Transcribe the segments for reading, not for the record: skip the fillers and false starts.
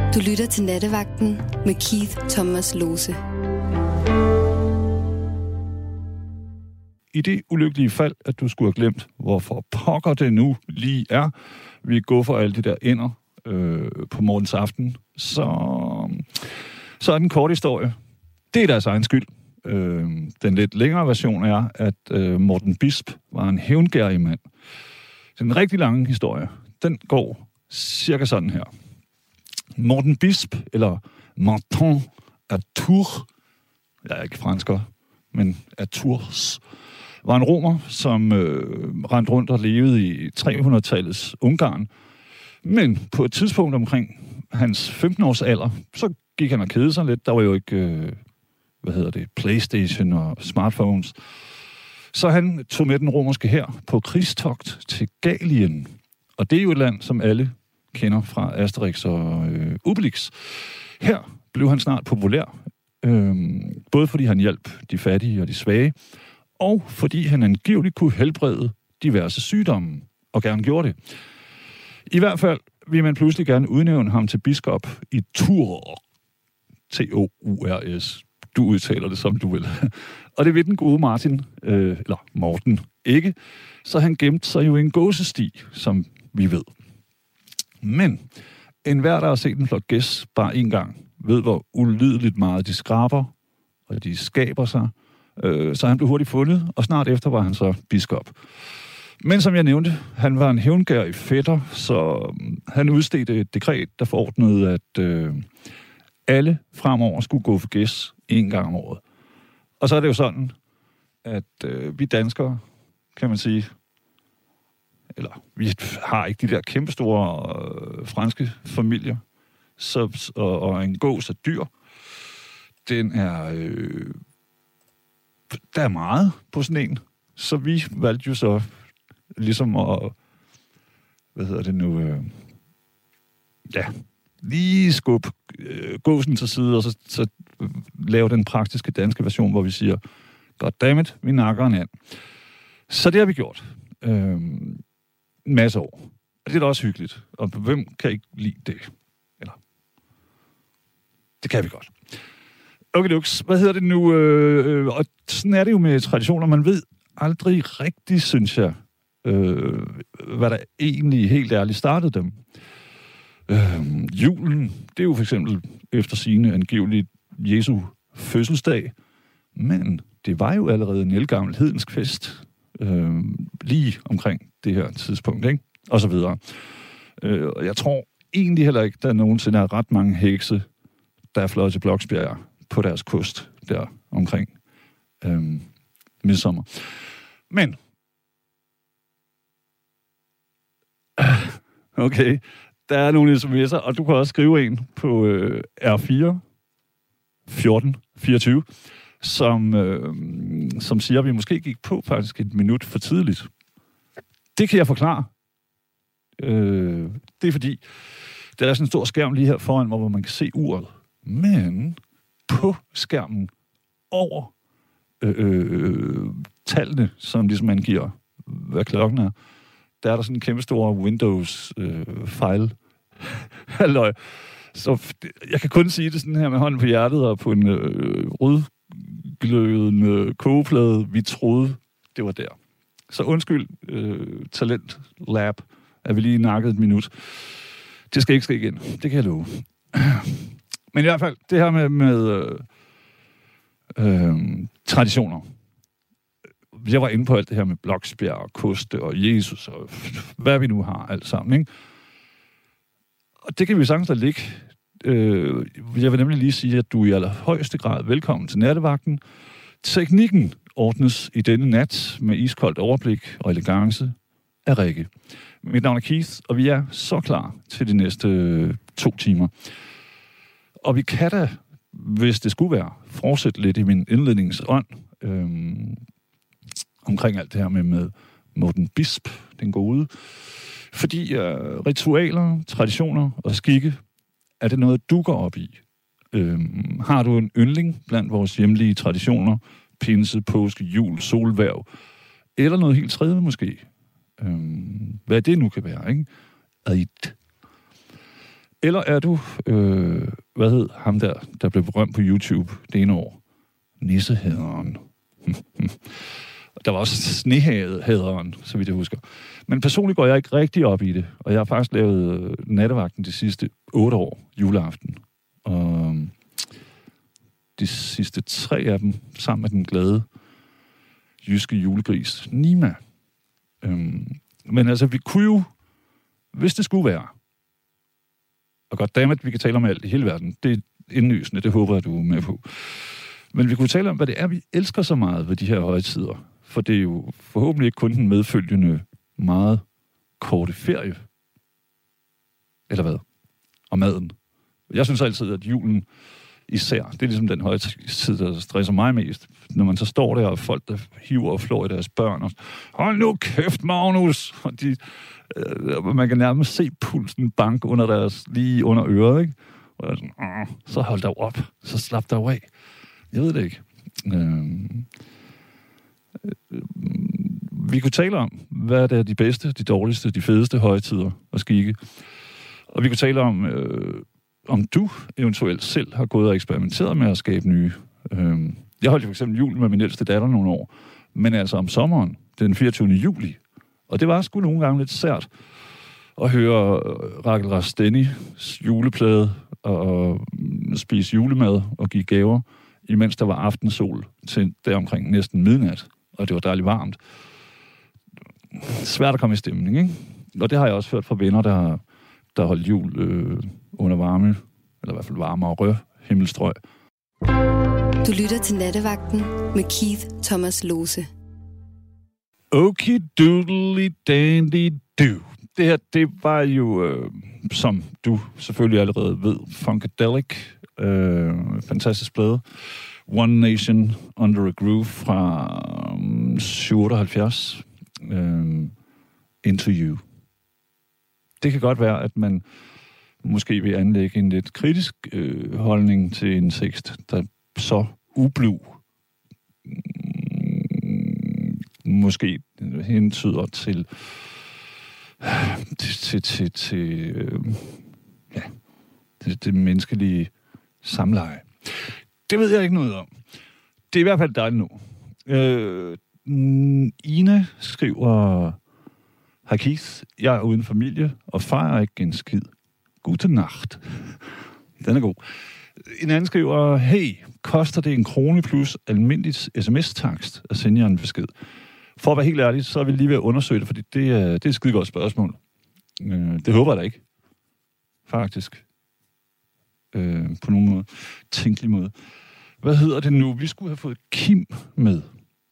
Du lytter til Nattevagten med Keith Thomas Lose. I det ulykkelige fald, at du skulle have glemt, hvorfor pokker det nu lige er, vi går for alle de der ender på morgens aften, så er den korte historie. Det er deres egen skyld. Den lidt længere version er, at Morten Bisp var en hævngærig mand. Den rigtig lange historie, den går cirka sådan her. Morten Bisp, eller Martin af Tours, jeg er ikke fransker, men af Tours, var en romer, som rendte rundt og levede i 300-tallets Ungarn. Men på et tidspunkt omkring hans 15-års alder, så gik han og kedede sig lidt. Der var jo ikke, PlayStation og smartphones. Så han tog med den romerske hær på krigstogt til Gallien. Og det er jo et land, som alle kender fra Asterix og Obelix. Her blev han snart populær, både fordi han hjalp de fattige og de svage, og fordi han angiveligt kunne helbrede diverse sygdomme, og gerne gjorde det. I hvert fald vil man pludselig gerne udnævne ham til biskop i Tours. T-O-U-R-S. Du udtaler det, som du vil. Og det ved den gode Morten ikke, så han gemte sig jo i en gåsesti, som vi ved. Men enhver, der har set en flok gæs bare en gang, ved, hvor ulideligt meget de skraber, og de skaber sig. Så han blev hurtigt fundet, og snart efter var han så biskop. Men som jeg nævnte, han var en hævngærig fætter, så han udstedte et dekret, der forordnede, at alle fremover skulle gå for gæs en gang om året. Og så er det jo sådan, at vi danskere, kan man sige, eller vi har ikke de der kæmpestore franske familier, og en gås af dyr, den er... der er meget på sådan en, så vi valgte jo så ligesom at, lige skubbe gåsen til side, og så lave den praktiske danske version, hvor vi siger, goddammit, vi nakker en and. Så det har vi gjort. En masse år. Og det er da også hyggeligt. Og hvem kan ikke lide det? Eller, det kan vi godt. Okay, Lux, hvad hedder det nu? Og sådan er det jo med traditioner. Man ved aldrig rigtigt, synes jeg, hvad der egentlig helt ærligt startede dem. Julen, det er jo for eksempel efter sigende angiveligt Jesu fødselsdag. Men det var jo allerede en ældgammel hedensk fest. Lige omkring det her tidspunkt, ikke? Og så videre. Jeg tror egentlig heller ikke, der nogensinde er ret mange hekse, der er fløjet til Bloksbjerg på deres kyst, der omkring midsommer. Men, okay, der er nogle sms'er, og du kan også skrive en på R4 1424, som siger, at vi måske gik på faktisk et minut for tidligt. Det kan jeg forklare. Det er fordi, der er sådan en stor skærm lige her foran mig, hvor man kan se uret. Men på skærmen over tallene, som ligesom angiver, hvad klokken er, der er der sådan en kæmpe stor Windows-file. Halløj. Så jeg kan kun sige det sådan her med hånden på hjertet og på en rødglødende kogeplade. Vi troede, det var der. Så undskyld, Talent Lab, at vi lige nakket et minut. Det skal ikke ske igen. Det kan jeg love. Men i hvert fald, det her med traditioner. Jeg var inde på alt det her med Bloksbjerg og Koste og Jesus og hvad vi nu har alt sammen, ikke? Og det kan vi sagtens lade ligge. Jeg vil nemlig lige sige, at du er i allerhøjeste grad velkommen til nattevagten. Teknikken ordnes i denne nat med iskoldt overblik og elegance af Rikke. Mit navn er Keith, og vi er så klar til de næste 2 timer. Og vi kan da, hvis det skulle være, fortsætte lidt i min indledningsånd omkring alt det her med Morten Bisp, den gode. Fordi ritualer, traditioner og skikke, er det noget, du går op i? Har du en yndling blandt vores hjemlige traditioner? Pinse, påske, jul, solhverv? Eller noget helt tredje måske? Hvad det nu kan være, ikke? Eller er du, hvad hed ham der blev berømt på YouTube det ene år? Nissehæderen. Der var også snehæderen, så vidt jeg husker. Men personligt går jeg ikke rigtig op i det, og jeg har faktisk lavet nattevagten de sidste 8 år, juleaften. Og de sidste 3 af dem, sammen med den glade jyske julegris, Nima. Men altså, vi kunne jo, hvis det skulle være, og goddammit, vi kan tale om alt i hele verden, det er indlysende, det håber jeg, du er med på. Men vi kunne tale om, hvad det er, vi elsker så meget ved de her højtider. For det er jo forhåbentlig ikke kun den medfølgende meget korte ferie. Eller hvad? Og maden. Jeg synes altid, at julen især, det er ligesom den højtid, der stresser mig mest. Når man så står der, og folk, der hiver og flår i deres børn, og hold nu kæft, Magnus! Og man kan nærmest se pulsen bank under deres, lige under øret, ikke? Og sådan, så hold dig op, så slap dig af. Jeg ved det ikke. Vi kunne tale om, hvad der er de bedste, de dårligste, de fedeste højtider og skikke. Og vi kunne tale om du eventuelt selv har gået og eksperimenteret med at skabe nye. Jeg holdt jo for eksempel jul med min ældste datter nogle år, men altså om sommeren, den 24. juli. Og det var sgu nogle gange lidt sært at høre Rachel Rastennis juleplade og spise julemad og give gaver, imens der var aftensol til deromkring næsten midnat, og det var dejligt varmt. Svært at komme i stemning, ikke? Og det har jeg også hørt fra venner, der holdt jul under varme, eller i hvert fald varmere himmelstrøg. Du lytter til Nattevagten med Keith Thomas Lose. Okay, doodly dandy do. Det her, det var jo, som du selvfølgelig allerede ved, Funkadelic. Fantastisk plade. One Nation Under a Groove fra 77. Into You. Det kan godt være, at man måske vil anlægge en lidt kritisk holdning til en tekst, der så ublu måske hentyder til det menneskelige samleje. Det ved jeg ikke noget om. Det er i hvert fald dejligt nu. Ine skriver: Hej Keith, jeg er uden familie og fejrer ikke en skid. Gute Nacht. Den er god. En anden skriver: Hey, koster det 1 krone plus almindeligt sms-takst at sende jer en besked? For at være helt ærlig, så er vi lige ved at undersøge det, fordi det er et skide godt spørgsmål. Det håber jeg da ikke. Faktisk. På nogen måde. Tænkelig måde. Hvad hedder det nu? Vi skulle have fået Kim med.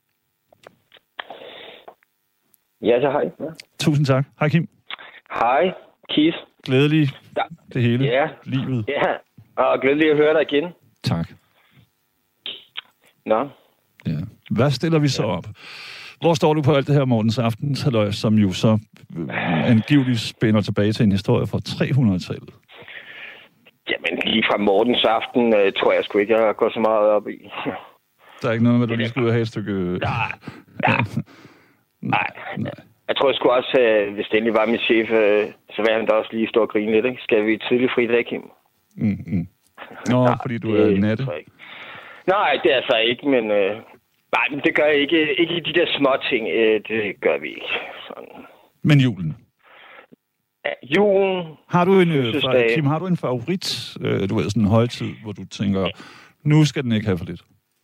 Ja, så hej. Ja. Tusind tak. Hej Kim. Hej, Keith. Glædelig ja. Det hele. Ja. Livet. Ja, og glædelig at høre dig igen. Tak. Nå. Ja. Hvad stiller vi så op? Hvor står du på alt det her Mortens Aftens halløj, som jo så angiveligt spænder tilbage til en historie fra 300-tallet? Jamen, lige fra Mortens Aften tror jeg sgu ikke, jeg går så meget op i. Der er ikke noget med, at du lige skulle have et stykke... Nej. Jeg tror sgu også, hvis det endelig var min chef, så vil han da også lige stå og grine lidt, ikke? Skal vi tidlig fri dag, Kim? Nå, fordi du er natte? Nej, det er så ikke, men... nej, men det gør jeg ikke. Ikke de der små ting, det gør vi ikke. Sådan. Men julen? Ja, julen... Kim, har du en favorit, du ved, sådan en højtid, hvor du tænker, nu skal den ikke have for lidt?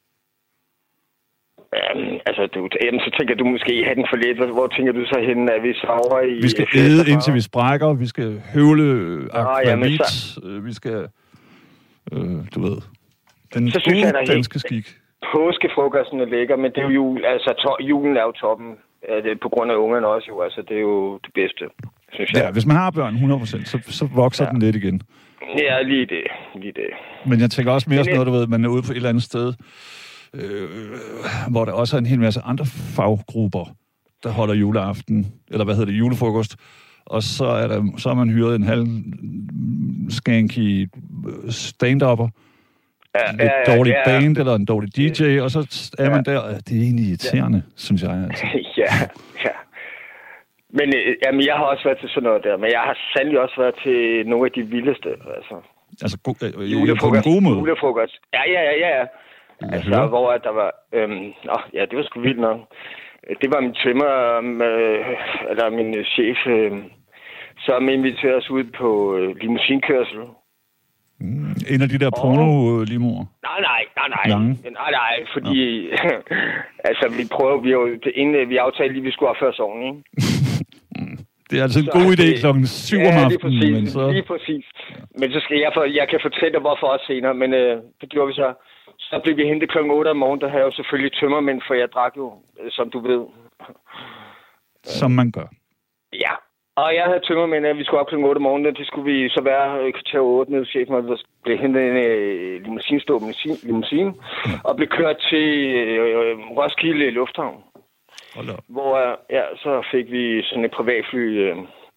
Så tænker du måske have den for lidt. Hvor tænker du så hen, at vi sover i... Vi skal æde, indtil vi sprækker. Vi skal høvle akvavit. Vi skal... du ved... Den så gode danske skik. Påskefrokosten er lækker, men det er jo jul. Altså, julen er jo toppen. På grund af ungerne også jo. Altså, det er jo det bedste, synes jeg. Ja, hvis man har børn 100%, så vokser den lidt igen. Ja, lige det. Men jeg tænker også mere sådan noget, du ved, man er ude på et eller andet sted, hvor der også er en hel masse andre faggrupper, der holder juleaften, eller julefrokost, og så har man hyret en halv skanky stand-upper, et dårligt band eller en dårlig DJ, og så er man der, det er egentlig irriterende, synes jeg. Altså. Ja. Men jamen, jeg har også været til sådan noget der, men jeg har sandelig også været til nogle af de vildeste, altså. Altså julefrokost, på en god måde? Julefrokost. Ja. Altså, hvor der var... ja, det var sgu vildt nok. Det var min tømmer, eller min chef, som inviterede os ud på limousinkørsel. En af de der porno-limoer? Nej, fordi... altså, vi aftalte lige, vi skulle have før sovnen, ikke? Det er altså en god idé klokken 7 om aftenen. Lige præcis. Men så skal jeg kan fortælle dig, hvorfor også senere, men det gjorde vi så. Så blev vi hentet klokken 8 om morgenen, der havde jeg jo selvfølgelig tømmermænd, for jeg drak jo, som du ved. Som man gør. Ja, og jeg havde tømmermænd, at vi skulle op klokken 8 om morgenen, det skulle vi så være kvarter 8 nede chefen, og vi blev hentet en limousine, og blev kørt til Roskilde Lufthavn. Hvor så fik vi sådan et privatfly,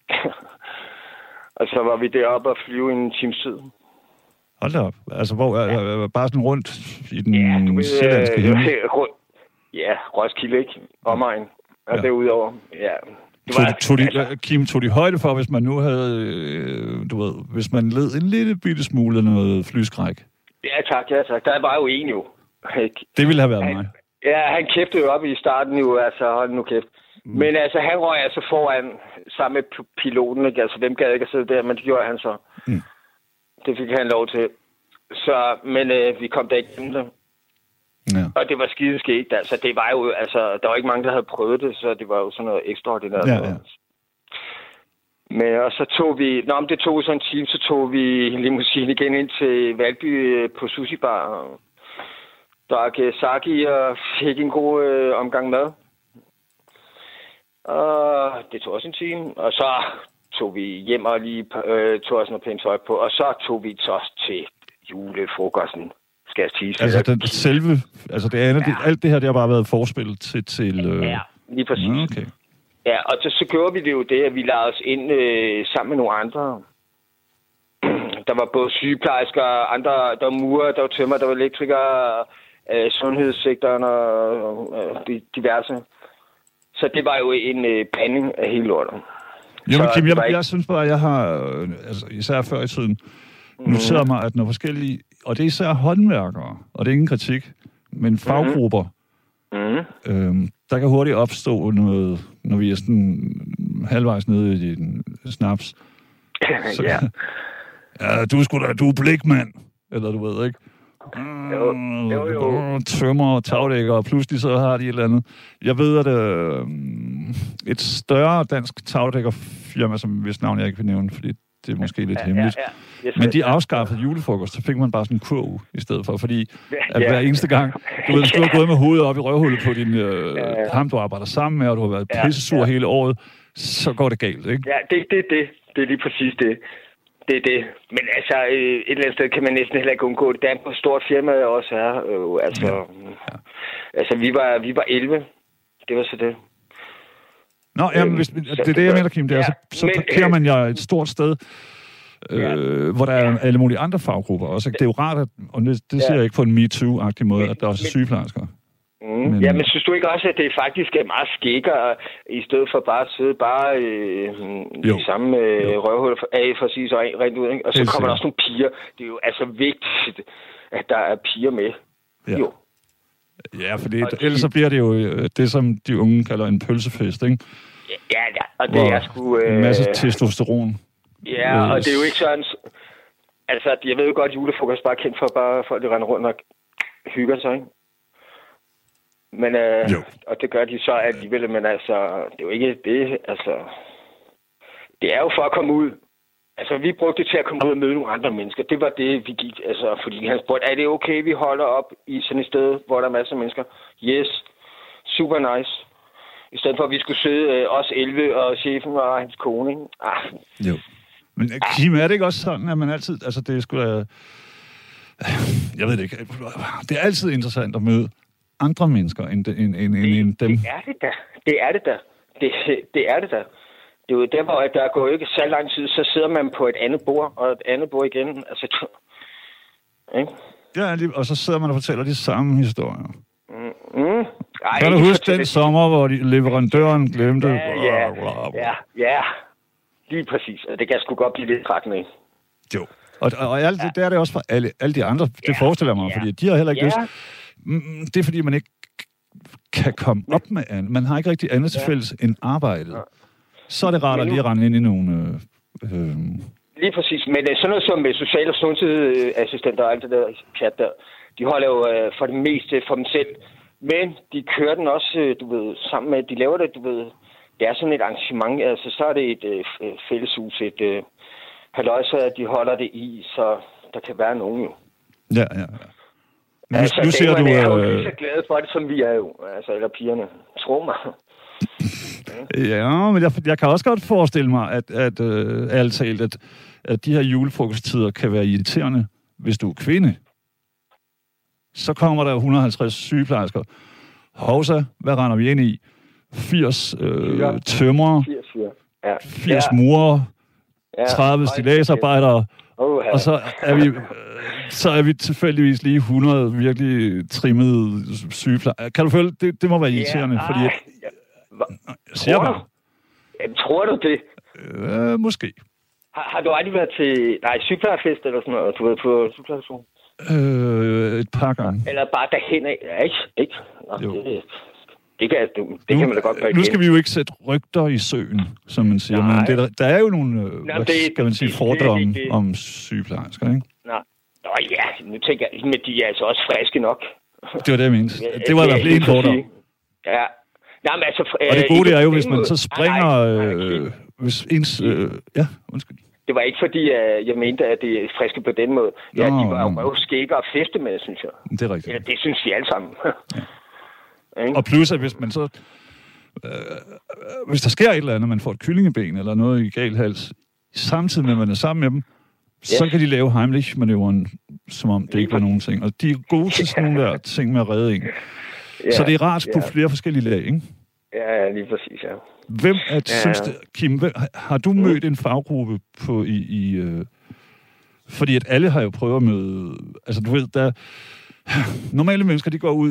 og så var vi deroppe og flyve en times tid. Hold da op. Altså, bare sådan rundt i den sjællandske himmel? Ja, Roskilde, ikke? Omegn. Og derudover, ja. Kim, tog de højde for, hvis man nu havde, hvis man led en lille bitte smule af noget flyskræk? Ja, tak. Der var jo en jo. Det ville have været mig. Ja, han kæftede jo op i starten jo, altså hold nu kæft. Men altså, han røg altså foran sammen med piloten, ikke? Altså, dem gad ikke at sidde der, men det gjorde han så. Det fik han lov til. Så, men vi kom da ikke igennem det. Ja. Og det var skideskægt, altså. Det var jo, altså, der var ikke mange, der havde prøvet det, så det var jo sådan noget ekstraordinært. Ja. Men og så tog vi, det tog sådan en time, så tog vi limousine igen ind til Valby på Sushi Bar, og drak sake og fik en god omgang mad. Og det tog også en time, og så tog vi hjem og lige tog os noget pænt tøj på, og så tog vi så til julefrokosten, skal jeg sige. Altså det andet, alt det her, det har bare været forspil til Ja, lige præcis. Okay. Ja, og så gjorde vi det jo det, at vi lagde os ind sammen med nogle andre. Der var både sygeplejersker, andre, der var murer, der var tømmer, der var elektrikere, sundhedssektoren og diverse. Så det var jo en blanding af hele lortet. Jo, men Kim, jeg synes bare, at jeg har, især før i tiden, noteret mig, at når forskellige, og det er især håndværkere, og det er ingen kritik, men faggrupper, der kan hurtigt opstå noget, når vi er sådan halvvejs nede i din snaps. Så, du er blikmand, eller du ved, ikke? Jo. Tømmer og tagdækker, og pludselig så har de et eller andet. Jeg ved, at et større dansk tagdækkerfirma, som hvis navn jeg ikke vil nævne, fordi det er måske lidt hemmeligt. Men de afskaffede julefrokost, så fik man bare sådan en kurv i stedet for, fordi at hver eneste gang, hvis du har gået med hovedet op i røvhullet på din ham, du arbejder sammen med, og du har været pissesur hele året, så går det galt, ikke? Ja, det er lige præcis det. Det er det. Men altså, et eller andet sted kan man næsten heller ikke undgå det. Der er på stort firma også her. Altså, vi var 11. Det var så det. Nå, jamen, det er det, jeg mener, Kim. Det er, så parkerer man et stort sted, hvor der er alle mulige andre faggrupper også. Det er jo rart, og det ser jeg ikke på en MeToo-agtig måde, at der også er sygeplejersker. Men synes du ikke også, at det faktisk er meget skækkere, i stedet for bare at sidde i samme røvhul for at sige så rent ud, ikke? Og så kommer der også nogle piger. Det er jo altså vigtigt, at der er piger med. Ja. Jo. Ja, for ellers så bliver det jo det, som de unge kalder en pølsefest, ikke? Ja, og det er sgu... en masse testosteron. Ja, og det er jo ikke sådan... Altså, jeg ved jo godt, at julefrokost bare er kendt for bare folk, der render rundt og hygger sig, ikke? Men, og det gør de så alligevel, men altså, det er jo ikke det, altså... Det er jo for at komme ud. Altså, vi brugte det til at komme ud og møde nogle andre mennesker. Det var det, vi gik, altså, fordi han spurgte, er det okay, vi holder op i sådan et sted, hvor der er masser af mennesker? Yes. Super nice. I stedet for, at vi skulle sidde os 11 og chefen og hans kone, ikke? Jo. Men Kim, er det ikke også sådan, at man altid... Altså, det er sgu da... Jeg ved det ikke. Det er altid interessant at møde andre mennesker end dem. Det er det da. Det er det da. Det er jo der, hvor der går ikke så lang tid, så sidder man på et andet bord, og et andet bord igen. Altså, ikke? Ja, og så sidder man og fortæller de samme historier. Ej, kan du huske den sommer, hvor leverandøren glemte? Ja. Lige præcis. Det kan sgu godt blive lidt trækkende. Jo. Og alt det, der er det også for alle de andre. Det forestiller jeg mig, fordi de har heller ikke lyst. Det er fordi, man ikke kan komme op med andet. Man har ikke rigtig andet til fælles end arbejdet. Så er det rart at lige rende ind i nogle... Lige præcis. Men sådan noget som social- og sundhedsassistenter og alt det der pjat der, de holder jo for det meste for dem selv. Men de kører den også, du ved, sammen med, de laver det, du ved, det er sådan et arrangement, altså så er det et fælleshus, et halløjse, at de holder det i, så der kan være nogen jo. Ja. Nu, altså, nu ser du... er jo lige så glade for det, som vi er jo, altså, eller pigerne. Tro mig. Ja, men jeg kan også godt forestille mig, at de her julefrokosttider kan være irriterende, hvis du er kvinde. Så kommer der 150 sygeplejersker. Hovsa, hvad render vi ind i? 80 tømrere, 80 murer, 30 stilladsarbejdere, og så er vi tilfældigvis lige 100 virkelig trimmede sygeplejersker. Kan du føle, det må være irriterende, fordi... Siger du? Tror du det? Måske. Har du aldrig været til sygeplejerfest eller sådan noget, du ved, på sygeplejerskolen? Et par gange. Eller bare derhen af. Ja, ikke? Nå, det kan man da godt gøre. Nu skal vi jo ikke sætte rygter i søen, som man siger. Nej. Men der er jo nogle fordomme om sygeplejersker, ikke? Nå ja, nu tænker jeg, men de er altså også friske nok. Det var det, jeg mente. Det var i hvert fald en fordom. Ja. Jamen, altså, og det gode er jo, hvis man så springer... hvis ens... undskyld. Det var ikke fordi, jeg mente, at det er friske på den måde. Ja, de var jo skægge og feste med, synes jeg. Det er rigtigt. Ja, det synes vi alle sammen. Og plus, at hvis man så... hvis der sker et eller andet, man får et kyllingeben eller noget i gal hals, samtidig med, at man er sammen med dem, så kan de lave Heimlich-manøvren, som om det ikke var nogen ting. Og de er gode til sådan nogle der ting med at redde en. Ja, så det er rart på flere forskellige lag, ikke? Ja, lige præcis, ja. Synes det, Kim, har du mødt en faggruppe på fordi at alle har jo prøvet at møde... Altså, du ved, der... Normale mennesker, de går ud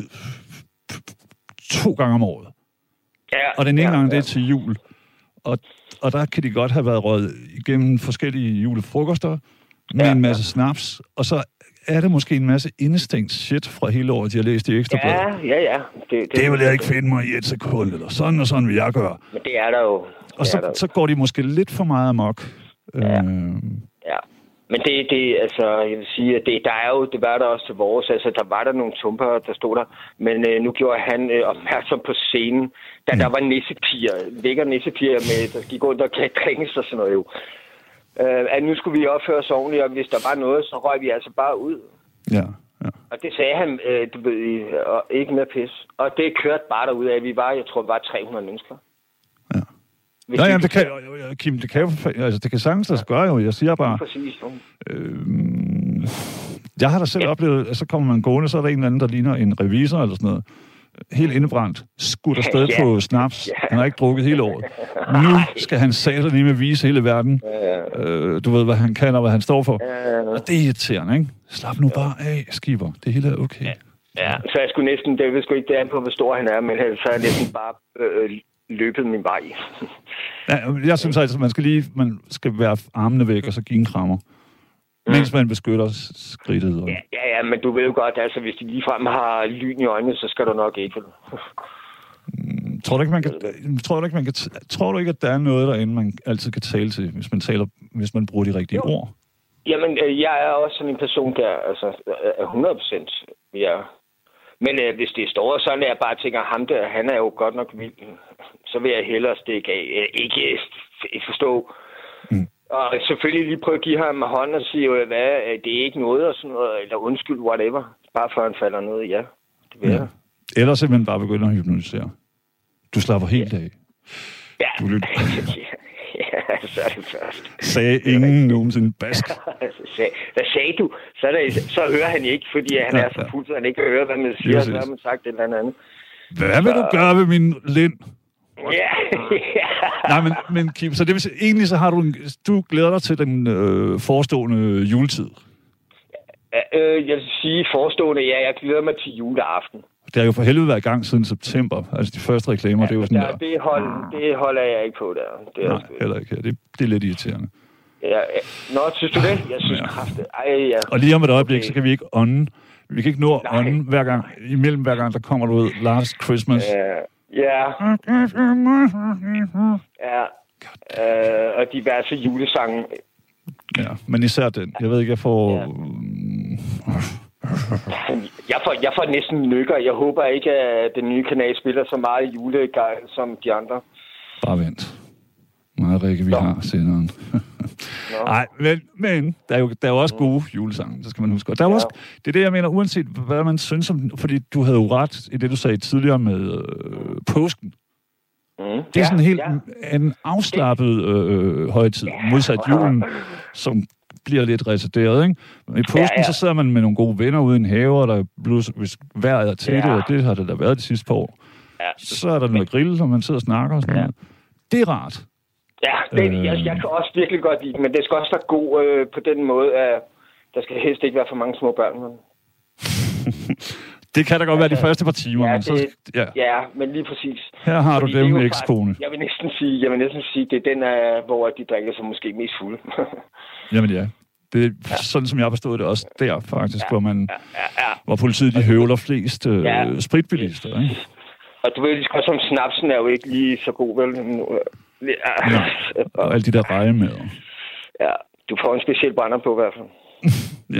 2 gange om året. Ja, og den ene gang, det er til jul. Og der kan de godt have været røget igennem forskellige julefrokoster med en masse snaps, og så er det måske en masse indestængt shit fra hele året, de har læst i Ekstrabladet. Ja. Det vil jeg ikke finde mig i et sekund, eller sådan og sådan vil jeg gøre. Men det er der jo. Og så går de måske lidt for meget amok. Ja. Men det altså, jeg vil sige, at det var der også til vores, altså der var der nogle tumper, der stod der, men nu gjorde han opmærksom på scenen, da der var lækker nissepiger med, der gik rundt og gav drinks og sådan noget jo. At nu skulle vi opføre os ordentligt, og hvis der var noget, så røg vi altså bare ud. Ja. Og det sagde han, du ved, og ikke med pis. Og det kørte bare derud af, jeg tror, vi var 300 mennesker. Ja. Nej, det kan, Kim, det kan jo, altså det kan sagtens lade sig gøre jo. Jeg siger bare... Præcis. Jeg har da selv oplevet, at så kommer man gående, så er der en eller anden, der ligner en revisor eller sådan noget. Helt indebrændt. Skudt afsted på snaps. Han har ikke drukket hele året. Nu skal han sataneme vise hele verden. Du ved, hvad han kan og hvad han står for. Og det er irriterende, ikke? Slap nu bare af, skipper. Det hele er okay. Ja, så jeg skulle næsten... Det ved sgu ikke, det an på, hvor stor han er, men så er jeg næsten bare løbet min vej. Jeg synes altså, man skal være armene væk og så give en krammer. Mens man beskytter skridtet. Og... Ja, men du ved jo godt, altså hvis de ligefrem har lyn i øjnene, så skal du nok ikke. Tror du ikke, at der er noget derinde, man altid kan tale til, hvis man bruger de rigtige ord? Jamen, jeg er også sådan en person, der altså 100%. Ja. Men hvis det står sådan, at jeg bare tænker, ham der, han er jo godt nok vild, så vil jeg hellere stikke af. Ikke forstå. Og selvfølgelig lige prøve at give ham hånden og sige, hvad, det er ikke noget, og sådan noget, eller undskyld, whatever. Bare før han falder ned, det vil jeg. Eller simpelthen bare begynde at hypnotisere. Du slapper helt af. Ja, så er det først. Sagde ingen nogensinde bask. Hvad sagde du? Så hører han ikke, fordi han er så fuld, så han ikke kan høre, hvad man siger, så har man sagt et eller andet. Hvad vil du gøre ved min lind? Ja. Nej, men Kim, så det vil sige, egentlig så har du glæder dig til den forestående juletid? Jeg vil sige forestående, jeg glæder mig til juleaften. det har jo for helvede været i gang siden september. Altså de første reklamer, det er jo sådan der... Det holder jeg ikke på der. Det er nej, heller ikke her. Det er lidt irriterende. Ja, nå, synes du det? Jeg synes kraftigt. Ja. Og lige om et øjeblik, så kan vi ikke ånde. Vi kan ikke nå at ånde hver gang. Imellem hver gang, der kommer du ud Last Christmas. Ja. Og diverse julesange. Ja, men især den. Jeg ved ikke, jeg får... Ja. Jeg får næsten nykker. Jeg håber ikke, at den nye kanal spiller så meget julegejl som de andre. Bare vent. Meget Rikke, vi har senderen. Nej, men der er jo også gode julesange, så skal man huske. Og der er også, det er det, jeg mener, uanset hvad man synes om... Fordi du havde jo ret i det, du sagde tidligere med påsken. Det er sådan helt en afslappet højtid, modsat julen, som bliver lidt retarderet, ikke? I påsken, så sidder man med nogle gode venner ude i en have, og der er hvis vejret er til det, og det har det der været de sidste par år. Ja. Så er der noget grill, og man sidder og snakker og sådan noget. Det er rart. Ja, jeg kan også virkelig godt lide det, men det skal også være god på den måde, at der skal helst ikke være for mange små børn. Det kan da godt være de første par timer. Ja, men men lige præcis. Her har du dem, ekskone. Jeg vil næsten sige, det er den, hvor de drikker sig måske mest fulde. Jamen ja. Det er sådan, som jeg har forstået det også der, faktisk, hvor politiet de høvler flest spritbilister, ikke? Og du ved, som snapsen er jo ikke lige så god, vel? Og alle de der rejemæder. Ja, du får en speciel brænder på i hvert fald. Ja.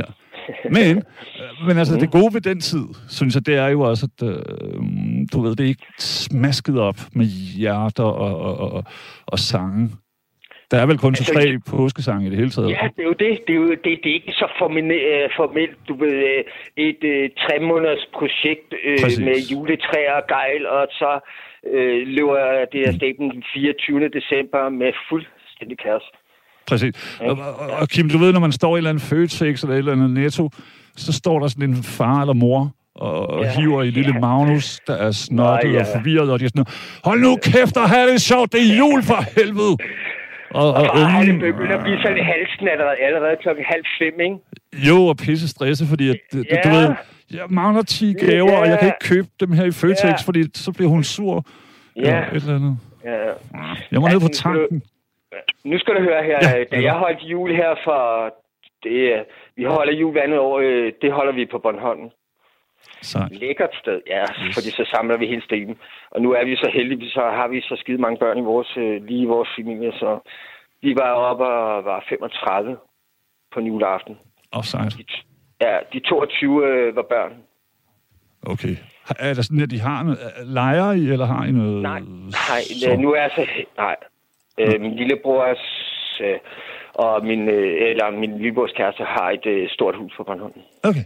Men altså, det gode ved den tid, synes jeg, det er jo også, at du ved, det er ikke smasket op med hjerter og sange. Der er vel kun 2-3 påskesange i det hele taget. Ja, det er jo det. Det er ikke så formelt. Du ved, et 3-måneders projekt med juletræer og gejl, og så løber det af staben den 24. december med fuldstændig kaos. Præcis. Og Kim, du ved, når man står i en eller anden Føtex eller et eller andet Netto, så står der sådan en far eller mor og hiver i lille Magnus, der er snottet og forvirret, og de er sådan, hold nu kæft og have det sjovt, det er jul for helvede! Og det begynder at blive sådan i halsen allerede 4:30, ikke? Jo, og pisse stresse, fordi at, du ved, jeg mangler 10 gaver, og jeg kan ikke købe dem her i Føtex, fordi så bliver hun sur. Ja. Et eller andet. Ja. Jeg må ned på tanken. Nu skal du høre her, da jeg holdt jul her for... vi holder jul hver andet år, det holder vi på Bornholm. Lækkert sted, fordi så samler vi hele stenen. Og nu er vi så heldige, så har vi så skide mange børn i vores familie, så vi var oppe og var 35 på juleaften. Offside. De 22 var børn. Okay. Er der sådan, at de har noget, leger I, eller har I noget... Nej, nu er så... Nej. Min lillebrors og min lillebrors kæreste har et stort hus på Bornholm. Okay.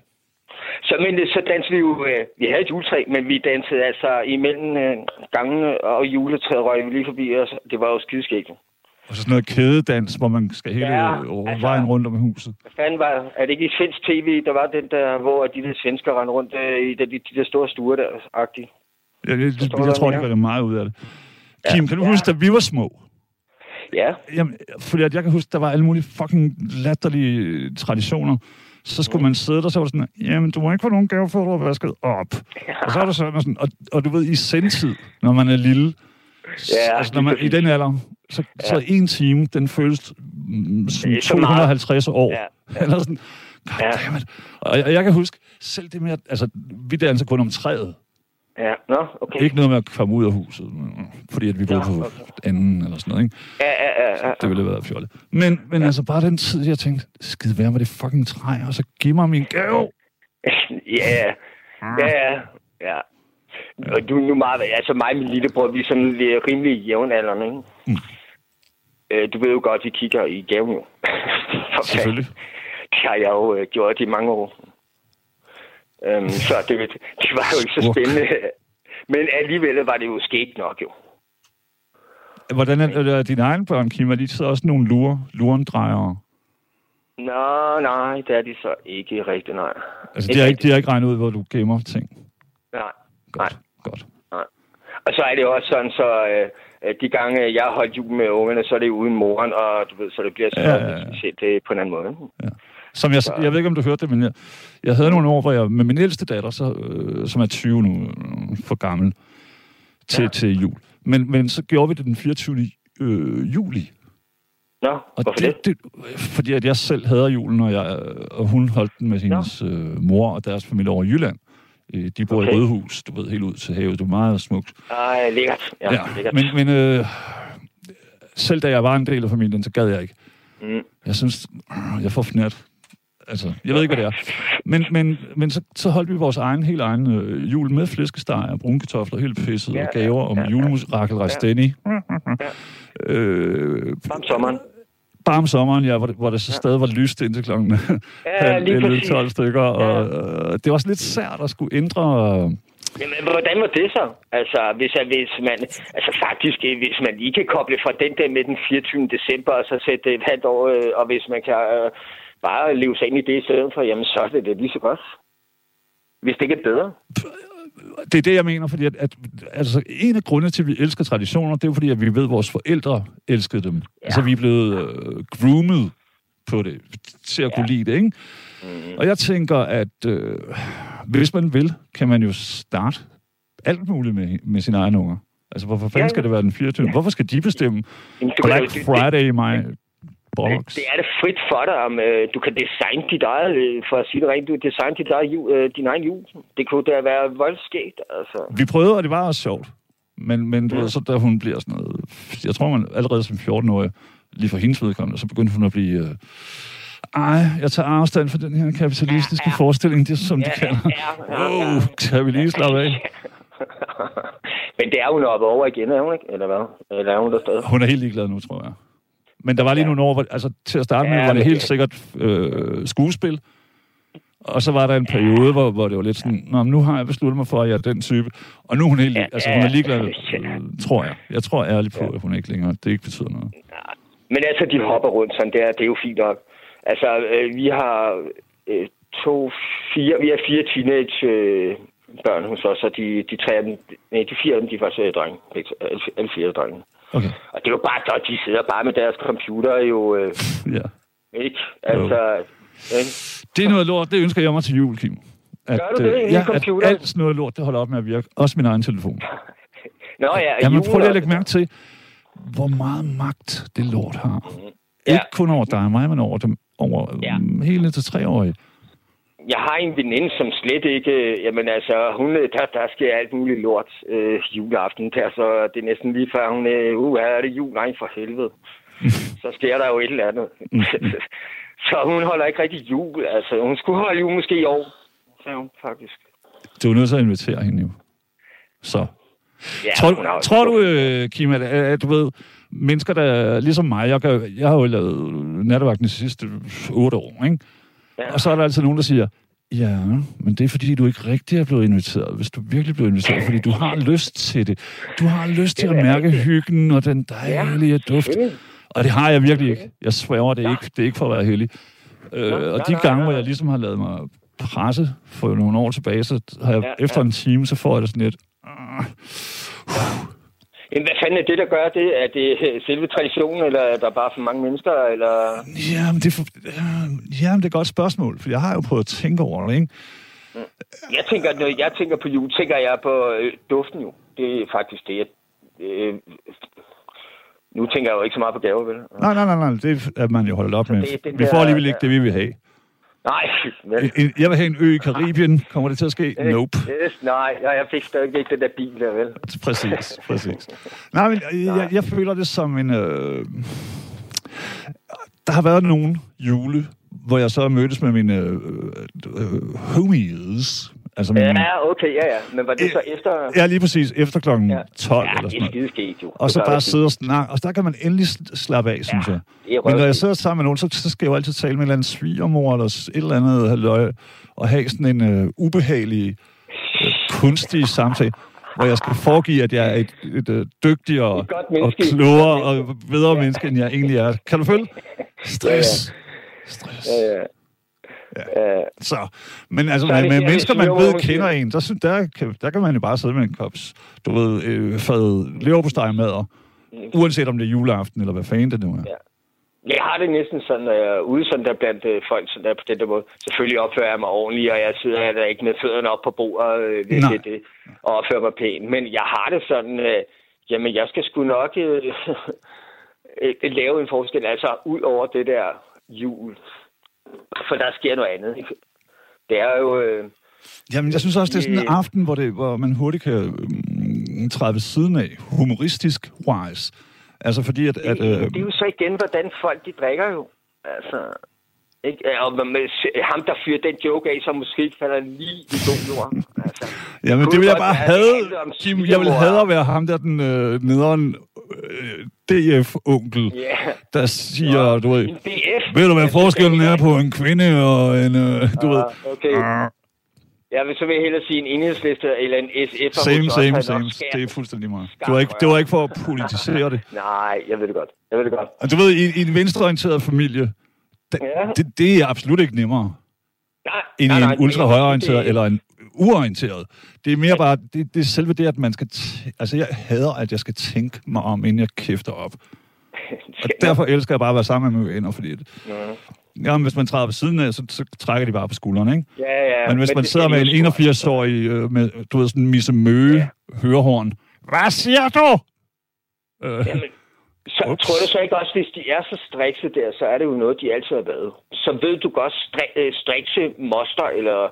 Så dansede vi jo... vi havde et juletræ, men vi dansede altså imellem gangene og juletræet røg vi lige forbi os. Det var jo skideskægt. Og så sådan noget kædedans, hvor man skal hele vejen rundt om huset. Hvad fanden er det ikke i svensk tv, der var den der, hvor de der svensker rendte rundt i de der store stuer der-agtige? Ja, jeg tror, de gør det meget ud af det. Kim, kan du huske, da vi var små? Ja. Jamen, fordi jeg kan huske, der var alle mulige fucking latterlige traditioner. Så skulle man sidde der, så var det sådan, jamen, du må ikke få nogen gave, for at du har vasket op. Og så er det sådan, og du ved, i sendtid, når man er lille, altså når man i den alder, så en time, den føles som 250 år. Ja. Eller sådan, goddammit. Og jeg kan huske, selv det med, altså, vi danser kun om træet. Ja, okay. Ikke noget med at komme ud af huset, fordi at vi boede på anden eller sådan noget, ikke? Ja. Det ville have været fjollet. Men altså bare den tid, jeg tænkte, skide være med det fucking træ, og så giv mig min gave. Ja. Og du er nu meget, altså mig og min lillebror, vi er sådan rimelig jævnaldrende, ikke? Du ved jo godt, vi kigger i gaven jo. Selvfølgelig. Det har jeg jo gjort i mange år. Så det var jo ikke så spændende. Men alligevel var det jo skægt nok, jo. Hvordan er dine egne børn, Kim? Er de så også nogle lurendrejere? Nej, det er de så ikke rigtigt, nej. Altså, de har ikke regnet ud, hvor du gemmer ting? Nej. Godt. Nej. Og så er det jo også sådan, så de gange, jeg har holdt jul med ungerne, så er det uden moren, og du ved, så det bliver så specielt på en anden måde. Ja. Som jeg ved ikke, om du hørte det, men jeg havde nogle år, hvor jeg med min ældste datter, som er 20 nu, for gammel, til jul. Men så gjorde vi det den 24. Juli. Nå, hvorfor det? Fordi at jeg selv hader julen, og hun holdt den med hendes mor og deres familie over i Jylland. De bor i Rødhus, du ved, helt ud til havet. Det er meget smukt. Ej, lækkert. Ja, lækkert. Men selv da jeg var en del af familien, så gad jeg ikke. Jeg synes, jeg får fnært. Altså, jeg ved ikke, hvad det er. Men så holdt vi vores helt egen jul med flæskesteg og brune kartofler, helt pisset, og gaver og julemusik, Rakel Rasteni. Bare om sommeren, ja, hvor det så stadig var lyst indtil klokken 11-12 stykker. Og det var også lidt sært at skulle ændre... Jamen, hvordan var det så? Altså, hvis man lige kan koble fra den der med den 24. december, og så sætte et halvt år, og hvis man kan bare leve sig ind i det i stedet for, jamen, så er det lige så godt. Hvis det ikke er bedre. Det er det, jeg mener, fordi at altså, en af grundene til, at vi elsker traditioner, det er jo fordi, at vi ved, at vores forældre elskede dem. Ja. Altså, vi er blevet groomet på det, til at kunne lide det, ikke? Og jeg tænker, at hvis man vil, kan man jo starte alt muligt med sine egne unger. Altså, hvorfor fanden skal det være den 24. Ja. Hvorfor skal de bestemme Black Friday i mig? Det er det frit for dig, om du kan designe dit eget, for at sige det rent, du kan designe din egen jul. Det kunne da være voldskægt, altså. Vi prøvede, og det var også sjovt. Men du ved, så da hun bliver sådan noget... Jeg tror, man allerede som 14-årig, lige for hendes vedkommende, så begyndte hun at blive... jeg tager afstand for den her kapitalistiske forestilling, det er som de kalder. Kan vi lige slappe af? Men det er hun oppe over igen, er hun ikke? Eller hvad? Eller er hun der stadig? Hun er helt ligeglad nu, tror jeg. Men der var lige nogle år, hvor, altså til at starte med, var det helt sikkert skuespil. Og så var der en periode, hvor det var lidt sådan, nu har jeg besluttet mig for, at jeg er den type. Og nu er hun helt, hun er ligeglad, tror jeg. Jeg tror ærligt på, at hun ikke længere, det ikke betyder noget. Men altså, de hopper rundt sådan der, det er jo fint nok. Altså, vi har fire teenage børn hos os, og de 4 af dem, de er faktisk drenge. Alle 4 drenge. Okay. Og det er jo bare godt, de sidder bare med deres computer jo. Ikke? Altså... Det er noget lort, det ønsker jeg mig til jul, Kim. Gør du det i computer? At alt noget lort, det holder op med at virke. Også min egen telefon. Men prøv lige at lægge mærke til, hvor meget magt det lort har. Ikke kun over dig og mig, men over dem, helt ned til 3-årige. Jeg har en veninde, som slet ikke... Jamen altså, der sker alt muligt lort juleaften. Så det er næsten lige før hun... er det jul? Nej, for helvede. Så sker der jo et eller andet. Så hun holder ikke rigtig jul. Altså, hun skulle holde jul måske i år. Så hun faktisk. Du er nødt til at invitere hende jo. Så. Ja, tror du, Kim, at du ved... Mennesker, der ligesom mig... Jeg har jo lavet nattevagten de sidste 8 år, ikke? Ja. Og så er der altid nogen, der siger, ja, men det er fordi, du ikke rigtig er blevet inviteret. Hvis du virkelig bliver inviteret, fordi du har lyst til det. Du har lyst til at mærke hyggen og den dejlige duft. Og det har jeg virkelig ikke. Jeg sværger det ikke. Det er ikke for at være heldig. Og de gange, hvor jeg ligesom har lavet mig presse for nogle år tilbage, så har jeg efter en time, så får jeg det sådan lidt... Jamen, hvad fanden er det, der gør det? Er det selve traditionen, eller er der bare for mange mennesker, eller... Jamen, det er et godt spørgsmål, for jeg har jo prøvet at tænke over det, ikke? Når jeg tænker på jul, tænker jeg på duften jo. Det er faktisk det, nu tænker jeg jo ikke så meget på gaver, vel? Nej, det er man jo holdt op med. Vi får alligevel ikke det, vi vil have. Nej. Jeg vil have en ø i Karibien. Kommer det til at ske? Nope. Nej, jeg fik stadig ikke den der bil der, vel? Præcis. Nej, men jeg føler det som en... Der har været nogle jule, hvor jeg så mødtes med mine homies. Altså Men var det så efter... Ja, lige præcis. Efter klokken 12 eller sådan noget. Det er skideskægt jo. Og så bare sidde og snakke. Og der kan man endelig slappe af, synes jeg. Men når jeg sidder sammen med nogen, så skal jeg jo altid tale med en eller anden svigermor eller et eller andet halløj, og have sådan en ubehagelig, kunstig samtale, hvor jeg skal foregive, at jeg er et dygtigere og klogere og bedre menneske, end jeg egentlig er. Kan du følge? Stress. Ja. Så, men altså, med mennesker, man ved, kender en, der kan man jo bare sidde med en kops, du ved, fad leverpostejmadder, uanset om det er juleaften, eller hvad fanden det nu er. Jeg har det næsten sådan, når jeg er ude sådan der blandt folk sådan der på den der måde. Selvfølgelig opfører jeg mig ordentligt, og jeg sidder der ikke med fødderne op på bordet det, og opfører mig pænt. Men jeg har det sådan, jamen jeg skal sgu nok lave en forskel, altså ud over det der jul. For der sker noget andet. Det er jo... Jamen, jeg synes også, det er sådan en aften, hvor man hurtigt kan træde ved siden af, humoristisk wise. Altså fordi at... Det er jo så igen, hvordan folk de drikker jo. Altså... Ikke? Og ham, der fyrer den joke af, så måske ikke falder lige i god jord. Altså, jamen, det vil jeg bare have, Kim. Jeg vil have at være ham, der den nederen DF-onkel, der siger, du ved... Ved du, hvad forskellen er på en kvinde og en... du ved... Okay. Ja, så vil jeg hellere sige en enhedsliste eller en SF'er. Same. Det er fuldstændig meget. Det var ikke for at politisere det. Nej, jeg ved det godt. Og du ved, i en venstreorienteret familie, det er absolut ikke nemmere end i en ultra-højreorienteret eller en uorienteret. Det er mere bare, det er selve det, at man skal... altså, jeg hader, at jeg skal tænke mig om, inden jeg kæfter op. Og derfor elsker jeg bare at være sammen med mine venner, fordi... Jamen, hvis man træder ved siden af, så trækker de bare på skuldrene, ikke? Ja. Men hvis man sidder med en 81-årig, med, du ved, sådan en Misse Møge hørehorn. Hvad siger du? Jamen, så tror du så ikke også, hvis de er så strikse der, så er det jo noget, de altid har været. Så ved du godt, strikse moster, eller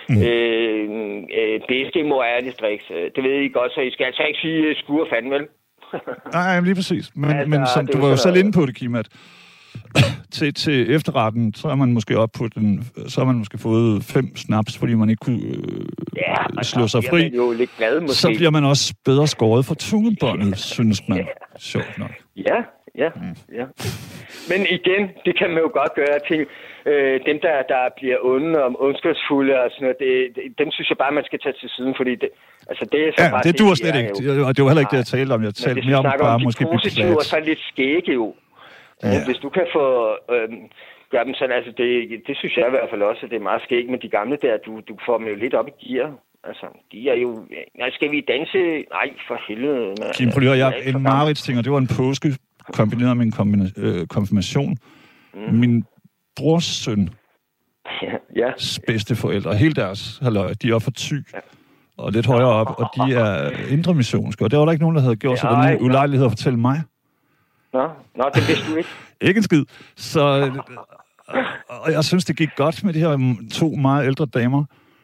bedstemor er de strikse. Det ved I godt, så I skal altså ikke sige skure fanden, vel? Nej, lige præcis. Men som du var jo selv inde på det, Kim, at til efterretten, så er man måske op på så har man måske fået 5 snaps, fordi man ikke kunne slå sig fri. Jo lidt glad, måske. Så bliver man også bedre skåret for tungebåndet, synes man. Sjovt nok. Ja. Men igen, det kan man jo godt gøre til dem, der bliver onde og ondskabsfulde og sådan noget. Dem synes jeg bare, man skal tage til siden, fordi det er så bare... det duer slet ikke. Og det var heller ikke det, jeg talte om. Jeg talte mere om bare måske blive positive og så lidt skægge jo. Ja. Hvis du kan få gøre dem sådan, altså det synes jeg i hvert fald også, at det er meget skægt, men de gamle der, du får dem jo lidt op i gear. Altså, de er jo... Nej, skal vi danse? Nej, for helvede. Kim, prøv lige, en mareridsting, og det var en påske kombineret med en konfirmation. Min brors søn, bedsteforældre, hele deres halløj, de er oppe for Thy, og lidt højere op, og de er indremissionske, og det var der ikke nogen, der havde gjort sig den ulejlighed at fortælle mig. Nå, det vidste du ikke. Ikke en skid. Så, og jeg synes, det gik godt med de her 2 meget ældre damer.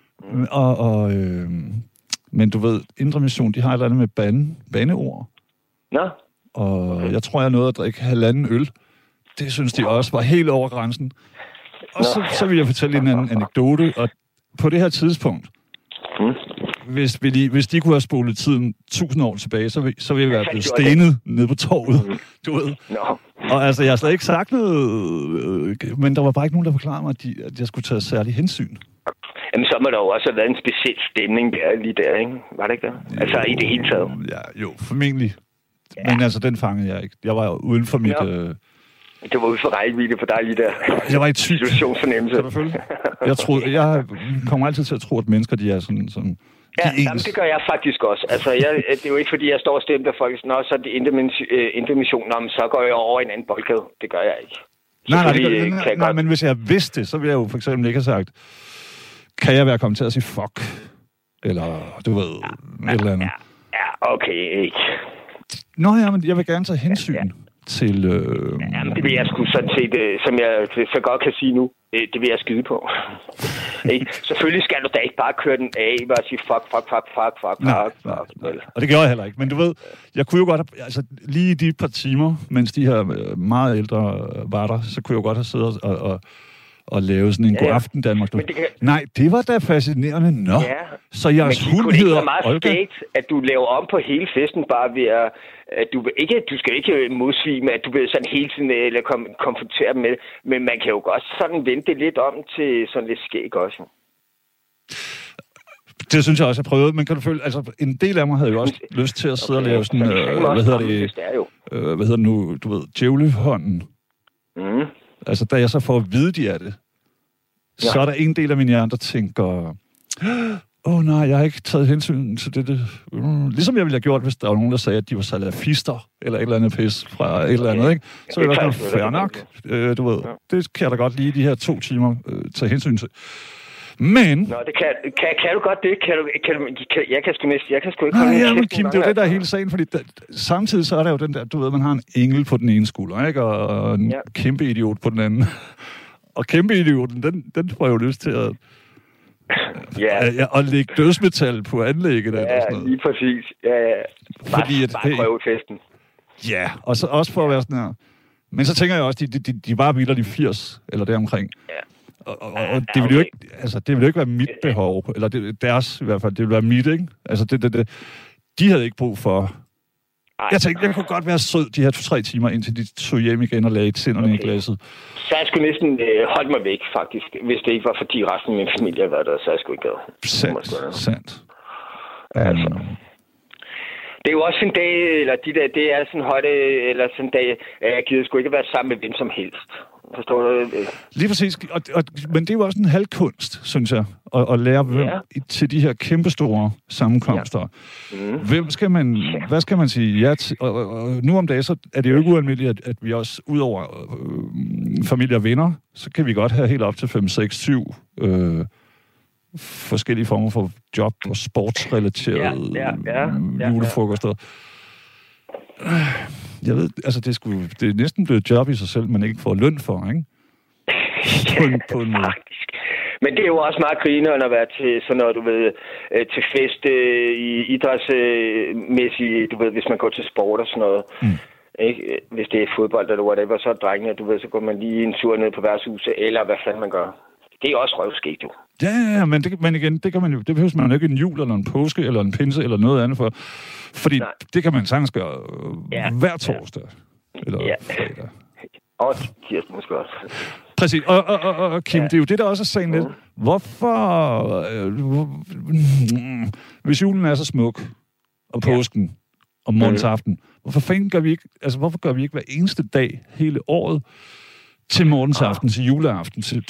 Men du ved, Indre Mission, de har et eller andet med bandeord. Nå. Og jeg tror, jeg nåede at drikke 1,5 øl. Det synes de også var helt over grænsen. Og så vil jeg fortælle en anekdote, og på det her tidspunkt, hvis de kunne have spolet tiden 1000 år tilbage, så ville jeg være blevet stenet nede på torvet, du ved. Og altså, jeg har slet ikke sagt noget, men der var bare ikke nogen, der forklarede mig, at jeg skulle tage særlig hensyn. Jamen, så må der jo også have været en speciel stemning der, lige der, ikke? Var det ikke det? Jo, altså, i det hele taget. Ja, jo, formentlig. Ja. Men altså, den fangede jeg ikke. Jeg var uden for mit... Det var ude for rækkevidde for dig lige der. Jeg var i tvivl. Situationsfornemmelse. Jeg kommer altid til at tro, at mennesker, de er sådan jamen, det gør jeg faktisk også. Altså, det er jo ikke, fordi jeg står og stemmer folk, så er det intermission om, så går jeg over i en anden boldgade. Det gør jeg ikke. Nej, men hvis jeg vidste det, så ville jeg jo for eksempel ikke have sagt, kan jeg være kommet til at sige fuck? Eller, du ved, et eller andet. Ja, okay, ikke. Nå ja, men jeg vil gerne tage hensyn til... Jamen, det vil jeg sgu sådan set, som jeg så godt kan sige nu, det vil jeg skide på. Selvfølgelig skal du da ikke bare køre den af og sige fuck. Og det gjorde jeg heller ikke. Men du ved, jeg kunne jo godt have, altså lige de par timer, mens de her meget ældre var der, så kunne jeg jo godt have siddet og lave sådan en god aften Danmark. Nej, det var da fascinerende. Nå, så jeres hund hedder Olga. Men det er meget skægt, at du laver om på hele festen bare ved at du skal ikke modsvige med, at du vil sådan hele tiden eller konfrontere med, men man kan jo godt sådan vente lidt om til sådan lidt skæg også. Det synes jeg også, jeg prøvede, men kan du føle, altså en del af mig havde jo også lyst til at sidde og lave sådan, hvad hedder det nu, du ved, djævlehånden. Altså, da jeg så får at vide, de er det, så er der en del af min hjerne, der tænker, nej, jeg har ikke taget hensyn til det. Ligesom jeg ville have gjort, hvis der var nogen, der sagde, at de var salafister, eller et eller andet pis fra et eller andet, ikke? Så ville det være sådan fair nok. Du ved, det kan jeg da godt lige de her 2 timer tage hensyn til. Men... Nå, det kan du godt det? Jeg kan sgu ikke... Nej, men Kim, det er jo det, der er hele sagen, fordi samtidig så er der jo den der, du ved, man har en engel på den ene skulder, ikke? Og en kæmpe idiot på den anden. Og kæmpe idioten, den får jo lyst til at... og lægge dødsmetal på anlægget. Ja, lige præcis. Ja. Bare prøve festen. Ja, og så også for at være sådan her. Men så tænker jeg også, de bare hviler de 80, eller deromkring. Ja. Og det vil jo ikke, altså, det vil jo ikke være mit behov, eller deres i hvert fald, det vil være mit, ikke? Altså, de havde ikke brug for... Jeg tænkte, jeg kunne godt være sød de her 2-3 timer, indtil de tog hjem igen og lagde tænderne i glasset. Så jeg skulle næsten holde mig væk, faktisk. Hvis det ikke var, fordi resten af min familie havde været der, så jeg skulle ikke gøre. Sandt. Altså. Det er jo også en dag, eller det er sådan højde, eller sådan en dag, jeg gider sgu ikke være sammen med hvem som helst. Forstår du? Lige præcis. Men det er jo også en halvkunst, synes jeg, at lære til de her kæmpestore sammenkomster. Ja. Hvad skal man sige ja til? Og nu om dagen, så er det jo ikke ualmindeligt, at vi også, udover familie og venner, så kan vi godt have helt op til 5, 6, 7 forskellige former for job og sportsrelaterede julefrokoster. Jeg ved, altså det er næsten blevet et job i sig selv, man ikke får løn for, ikke? På en måde. Faktisk. Men det er jo også meget grinerende at være til sådan noget, du ved, til fest i idrætsmæssigt, du ved, hvis man går til sport og sådan noget. Ikke? Hvis det er fodbold eller whatever, så er drengene, du ved, så går man lige en tur ned på værtshuset, eller hvad fanden man gør. Det er også røvskægt, jo. Ja, men igen, det kan man jo, det behøver man jo ikke en jul, eller en påske, eller en pinse, eller noget andet for. Fordi det kan man sagtens gøre hver torsdag. Eller fredag. Og tirsdag måske også. Præcis. Og Kim, det er jo det, der også er sagen lidt. Hvorfor... hvis julen er så smuk, og påsken, og morgens aften, hvorfor gør vi ikke hver eneste dag hele året til morgensaften, til juleaften, til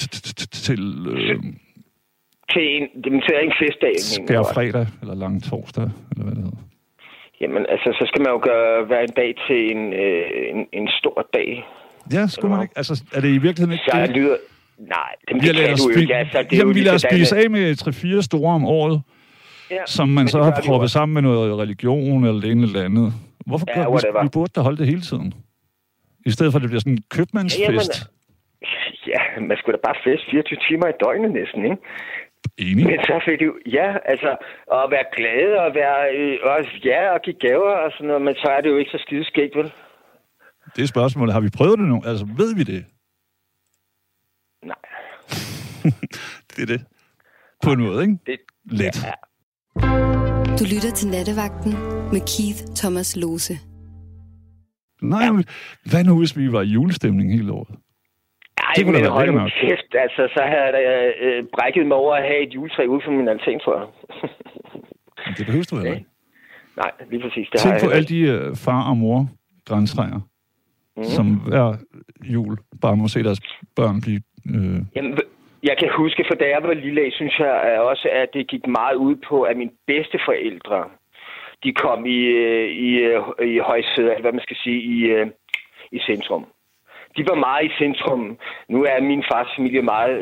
en festdag. Skærfredag, eller lang torsdag, eller hvad det hedder. Jamen, altså, så skal man jo gøre hver en dag til en stor dag. Ja, skulle man ikke? Altså, er det i virkeligheden ikke det? Lyder... Nej, det kan du jo ikke. Altså, jamen, vi lader spise af med 3-4 store om året, som man så har proppet sammen med noget religion, eller det ene eller andet. Hvorfor vi burde da holde det hele tiden? I stedet for, at det bliver sådan en købmandsfest. Ja, man skulle da bare fest 24 timer i døgnet næsten, ikke? Enig. Men så fik det jo, altså, at være glade og og give gaver og sådan noget, men så er det jo ikke så skideskægt, vel? Det er spørgsmålet. Har vi prøvet det nu? Altså, ved vi det? Nej. Det er det. På en måde, ikke? Let. Ja. Du lytter til Nattevagten med Keith Thomas Lose. Nej, men hvad nu, hvis vi var i julestemning hele året? Ej, men hold nu kæft, altså, så havde jeg brækket mig over at have et juletræ ude for min altan for. Det behøver du heller ikke. Nej, lige præcis. Tænk på alle de far og mor græntræer, som hver jul bare må se deres børn blive... Jamen, jeg kan huske, for da jeg var lille, synes jeg også, at det gik meget ud på, at mine bedsteforældre, de kom i højsædet, hvad man skal sige, i centrum. De var meget i centrum. Nu er min fars familie meget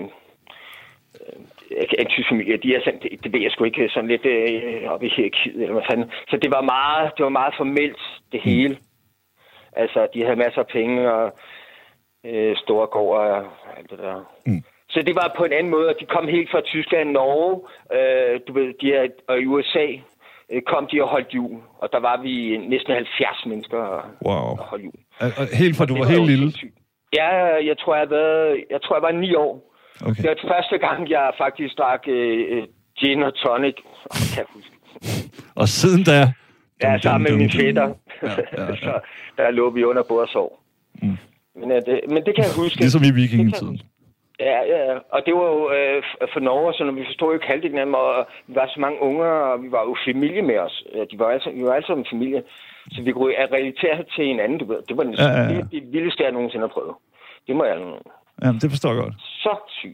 en tysk familie. De er sådan, det ved jeg sgu ikke, sådan lidt oppe i hierarkiet, eller hvad fanden. Så det var meget formelt, det hele. Altså, de havde masser af penge og store gårde og alt det der. Så det var på en anden måde, at de kom helt fra Tyskland, Norge, du ved, og i USA kom de og holdt jul. Og der var vi næsten 70 mennesker og holdt jul. Helt fra du var helt lille? Ja, jeg tror, jeg var 9 år. Okay. Det var første gang, jeg faktisk drak gin og tonic. Kan jeg huske. Og siden da? Ja, sammen med mine fætter. Så der lå vi under bord og sov. Men det kan jeg huske. Ligesom i vikingetiden. Ja. Og det var jo for Norge, så når vi forstod jo ikke halvdelen af dem, og vi var så mange unger, og vi var jo familie med os. Vi var altså en familie. Så vi kunne relatere til hinanden, du ved. Det var det vildeste, jeg nogensinde har prøvet. Det må jeg nu. Ja, det forstår jeg godt. Så sygt.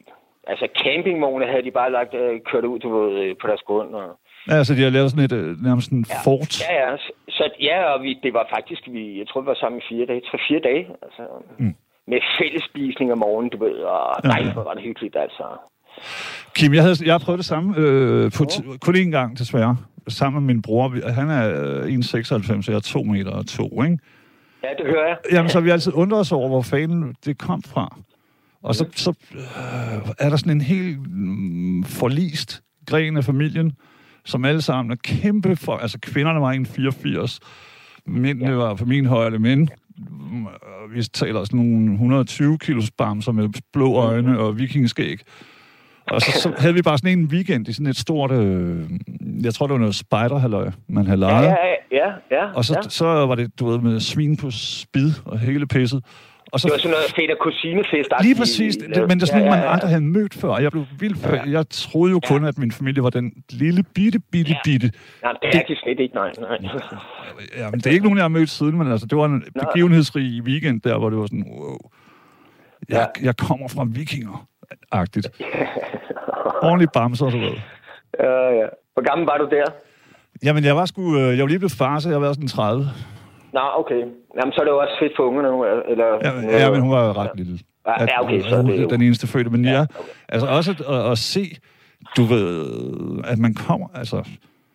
Altså, campingvogne havde de bare kørt ud, på deres grund. Og... Ja, altså, de har lavet sådan et nærmest en fort. Ja. Så, og det var faktisk, jeg tror, vi var sammen i 3-4 dage. Altså, med fællesspisning om morgenen, du ved, og nej, hvor var det hyggeligt, altså. Kim, jeg har prøvet det samme kun én gang, desværre. Sammen med min bror. Han er 1,96, så jeg er 2 meter og 2, ikke? Ja, det hører jeg. Jamen, så har vi altid undret os over, hvor fanden det kom fra. Og så er der sådan en helt forlist gren af familien, som alle sammen er kæmpe for... Altså, kvinderne var 1,84. Mændene var på min højde mænd. Vi taler sådan nogle 120 kilos bamser med blå øjne og vikingskæg. Og så havde vi bare sådan en weekend i sådan et stort... jeg tror, det var noget spider-halløj, man havde lejet. Ja. Og så var det, du ved, med svin på spid og hele pisset. Og så, det var sådan noget fedt kusinefest. Lige præcis, men det er sådan noget, man aldrig havde mødt før. Jeg blev vildt før. Jeg troede jo kun, at min familie var den lille bitte. Nej, det er de slet ikke, nej. Ja, men det er ikke nogen, jeg har mødt siden, men altså, det var en begivenhedsrig weekend der, hvor det var sådan, wow. Jeg kommer fra vikinger-agtigt. Ordentlig bamser, så ved. Ja. Hvor gammel var du der? Jamen, jeg var lige blevet far, så jeg har været sådan 30. Nå, okay. Jamen, så er det jo også fedt for ungerne nu, eller... Ja, men hun var ret lille. Ja, okay, så det er jo... Den eneste fødte, men okay. Altså også at se, du ved, at man kommer, altså...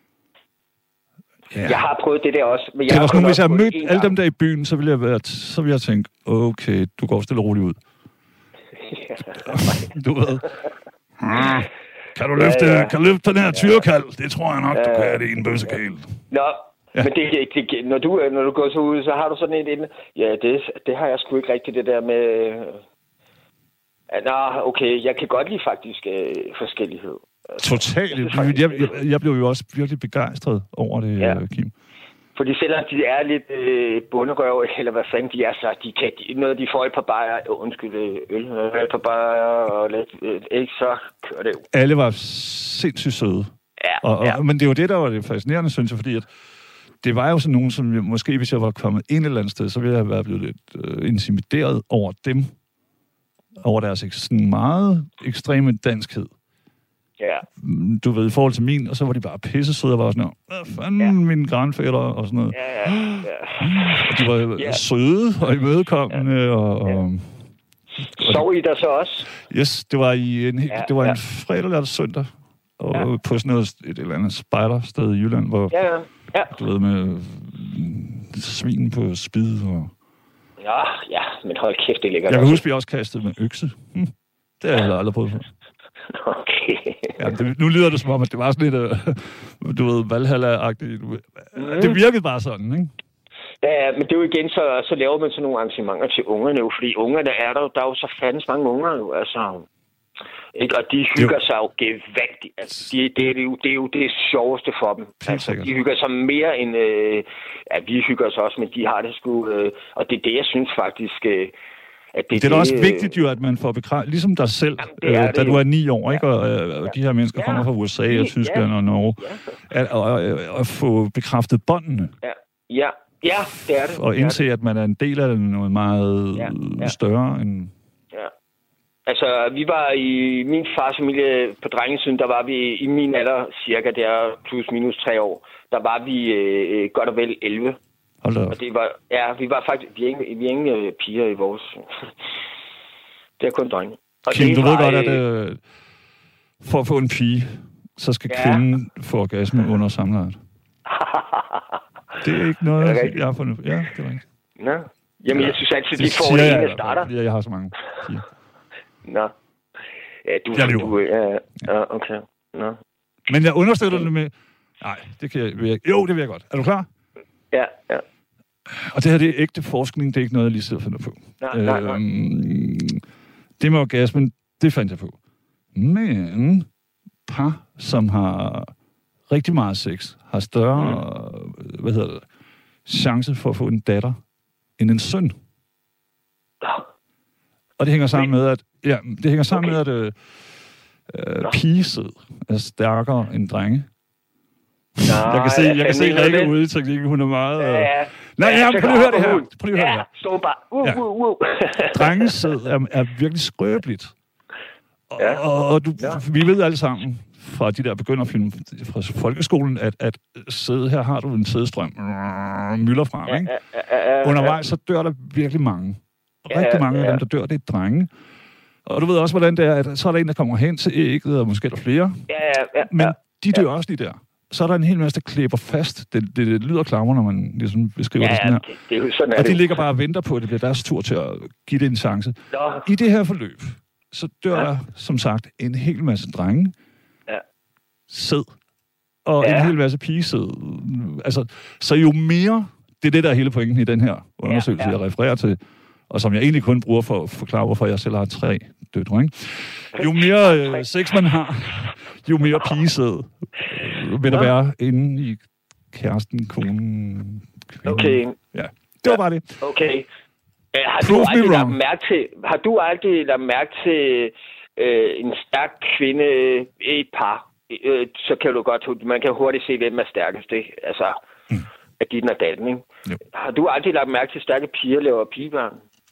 Ja. Jeg har prøvet det der også, men det var sådan, hvis jeg havde mødt alle dem der i byen, så ville jeg tænke, okay, du går stille og roligt ud. Du ved... Kan du løfte den her tyrkald? Det tror jeg nok, du kan. Det i en bøssekæl. Nå, men når du går så ud, så har du sådan et inde. Ja, det har jeg sgu ikke rigtigt, det der med... okay, jeg kan godt lide faktisk forskellighed. Totalt. Jeg blev jo også virkelig begejstret over det, Kim. Fordi selvom de er lidt bunderøv, eller hvad fanden de er, så noget de får et par bajer, øl, et par bajer og lidt, ikke, så kører det jo. Alle var sindssygt søde. Ja. Men det var det, der var det fascinerende, synes jeg, fordi at det var jo sådan nogen, som måske, hvis jeg var kommet ind et eller andet sted, så ville jeg være blevet lidt intimideret over dem, over deres sådan meget ekstreme danskhed. Ja. Du ved, i forhold til min, og så var de bare pissesøde, og var sådan noget, hvad fanden, mine grandfætter, og sådan noget. Ja. Og de var søde og imødekommende, og sov I der så også? Yes, det var en fredag eller søndag, og på sådan noget, et eller andet spejdersted i Jylland, hvor du ved, med svin på spid, og... Ja, men hold kæft, det ligger. Jeg kan huske, vi også kastede med økse. Det har jeg aldrig prøvet for. Okay. Ja, nu lyder det som om, at det var sådan lidt, du ved, Valhalla-agtigt. Det virkede bare sådan, ikke? Ja, men det er jo igen, så laver man sådan nogle arrangementer til ungerne jo, fordi ungerne der er jo så fandens mange unger jo, altså. Ikke? Og de hygger sig jo gevaldigt. Altså, det er jo det sjoveste for dem. Altså, de hygger sig mere end... vi hygger os også, men de har det sgu... og det er det, jeg synes faktisk... Det er da også vigtigt jo, at man får bekræftet, ligesom dig selv, da du er 9 år, ikke? Og de her mennesker kommer fra USA og Tyskland og Norge, at få bekræftet båndene. Ja, det er det. Og indse, at man er en del af noget meget større end... Ja. Altså, vi var i min fars familie på drengesiden, der var vi i min alder, cirka der plus minus 3 år, der var vi godt og vel 11. Og det var, vi var faktisk, vi er ingen piger i vores, det er kun drenge. Og Kim, du ved godt, at for at få en pige, så skal kvinden få orgasme under samlejet. Det er ikke noget, jeg har fundet. Ja, det er rigtigt. Nå. Jamen, jeg synes altid, de får det ene starter. Ja, jeg har så mange piger. Nå. Okay. Nå. Men jeg understøtter det med... Nej, det kan jeg... Jo, det vil jeg godt. Er du klar? Ja. Og det her, det er ægte forskning, det er ikke noget, jeg lige sidder og finder på. Nej. Det med orgasmen, det fandt jeg på. Men par, som har rigtig meget sex, har større, chance for at få en datter end en søn. Og det hænger sammen med, at pigesæd er stærkere end drenge. Jeg kan se Rikke ude i teknikken, hun er meget... Nej, prøv lige at høre det her. Stå bare. Drengesæd er virkelig skrøbeligt. Og vi ved alle sammen fra de der begynderfilm fra folkeskolen, at her har du en sædestrøm, mylder frem, ikke? Undervejs så dør der virkelig mange. Rigtig mange af dem, der dør, det er drenge. Og du ved også, hvordan det er, at så er der en, der kommer hen til ægget, og måske er der flere. Men de dør også lige der. Så er der en hel masse, der klæber fast. Det lyder klammer, når man ligesom beskriver det sådan her. Det er jo sådan, og de ligger bare og venter på, at det bliver deres tur til at give det en chance. I det her forløb, så dør der, som sagt, en hel masse drenge. Sæd. Og en hel masse pigesæd. Altså, så jo mere, det er det, der er hele pointen i den her undersøgelse, jeg refererer til, og som jeg egentlig kun bruger for at forklare, hvorfor jeg selv har 3 døtre, ikke? Jo mere sex man har, jo mere pigesæd vil der være inde i kæresten, konen, kvinden. Okay. Ja, det var bare det. Okay. Har du aldrig lagt mærke til en stærk kvinde i et par? Så kan du godt, man kan hurtigt se, hvem er stærkest, ikke? Altså, at give den af datten, ikke? Jo. Har du aldrig lagt mærke til, stærke piger laver pigebørn?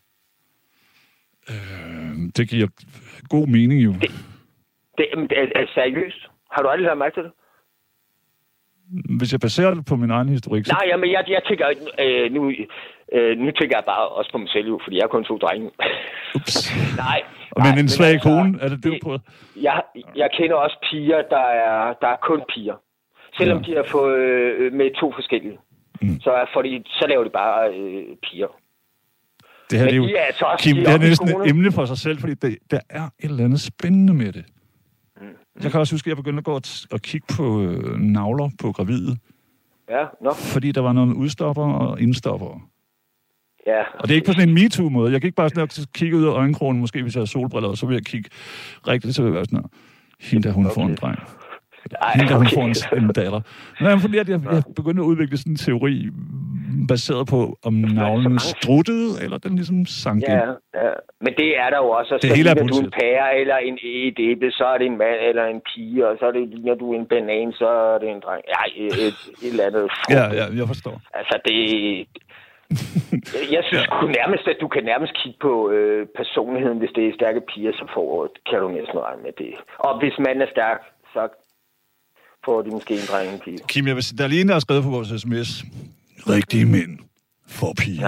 Det giver god mening, jo. Det er seriøst. Har du aldrig lagt mærke til det? Hvis jeg baserer det på min egen historik... Nej, jamen, jeg tænker... nu tænker jeg bare også på mig selv, jo, fordi jeg har kun 2 drenge. Ups. Nej. Men en svag kone, er det det, du prøver? Jeg kender også piger, der er kun piger. Selvom de har fået med 2 forskellige. Så laver de bare piger. Det her, det er jo... Kim, det er næsten et emne for sig selv, fordi der er et eller andet spændende med det. Jeg kan også huske, at jeg begyndte at gå og kigge på navler på gravide. Ja, fordi der var noget med udstopper og indstopper. Ja. Og det er ikke på sådan en MeToo-måde. Jeg gik bare sådan og kigge ud af øjenkrogen, måske hvis jeg havde solbriller, og så ville jeg kigge rigtigt, så ville jeg være sådan her. Hende, hun får en dreng. Hende, hun får en datter. Men fordi jeg begyndte at udvikle sådan en teori, baseret på, om navlen struttede, eller den ligesom sank ind. Ja. Men det er der jo også. Det hele er du en pære, eller et æble, så er det en mand, eller en pige, og så er det, ligner du en banan, så er det en dreng. Ja, et eller andet. Ja, jeg forstår. Altså, det... Jeg synes nærmest, at du kan nærmest kigge på personligheden, hvis det er stærke piger, så kan du næsten regne med det. Og hvis man er stærk, så får de måske en dreng en pige. Kim, der er lige en, der har skrevet på vores sms. Rigtige mænd får piger. Ja.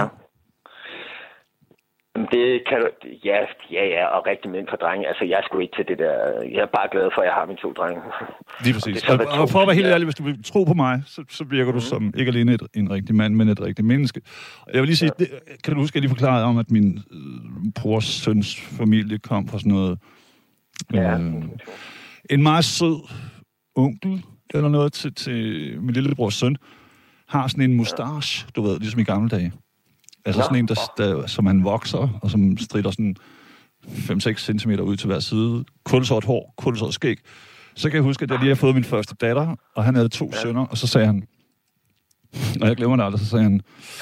Det kan du... Ja, og rigtige mænd for drenge. Altså, jeg er sgu ikke til det der... Jeg er bare glad for, at jeg har mine 2 drenge. Lige præcis. Og for at være helt ærlig, hvis du vil tro på mig, så virker du som ikke alene en rigtig mand, men et rigtigt menneske. Og jeg vil lige sige, kan du huske, at jeg lige forklarede om, at min brors søns familie kom fra sådan noget... en meget sød onkel, eller noget til min lillebrors søn, har sådan en mustache, du ved, ligesom i gamle dage. Altså sådan en, der, som han vokser, og som strider sådan 5-6 centimeter ud til hver side. Kulsort hår, kulsort skæg. Så kan jeg huske, at jeg lige har fået min første datter, og han havde 2 sønner, og så sagde han, og jeg glemmer det aldrig, så sagde han,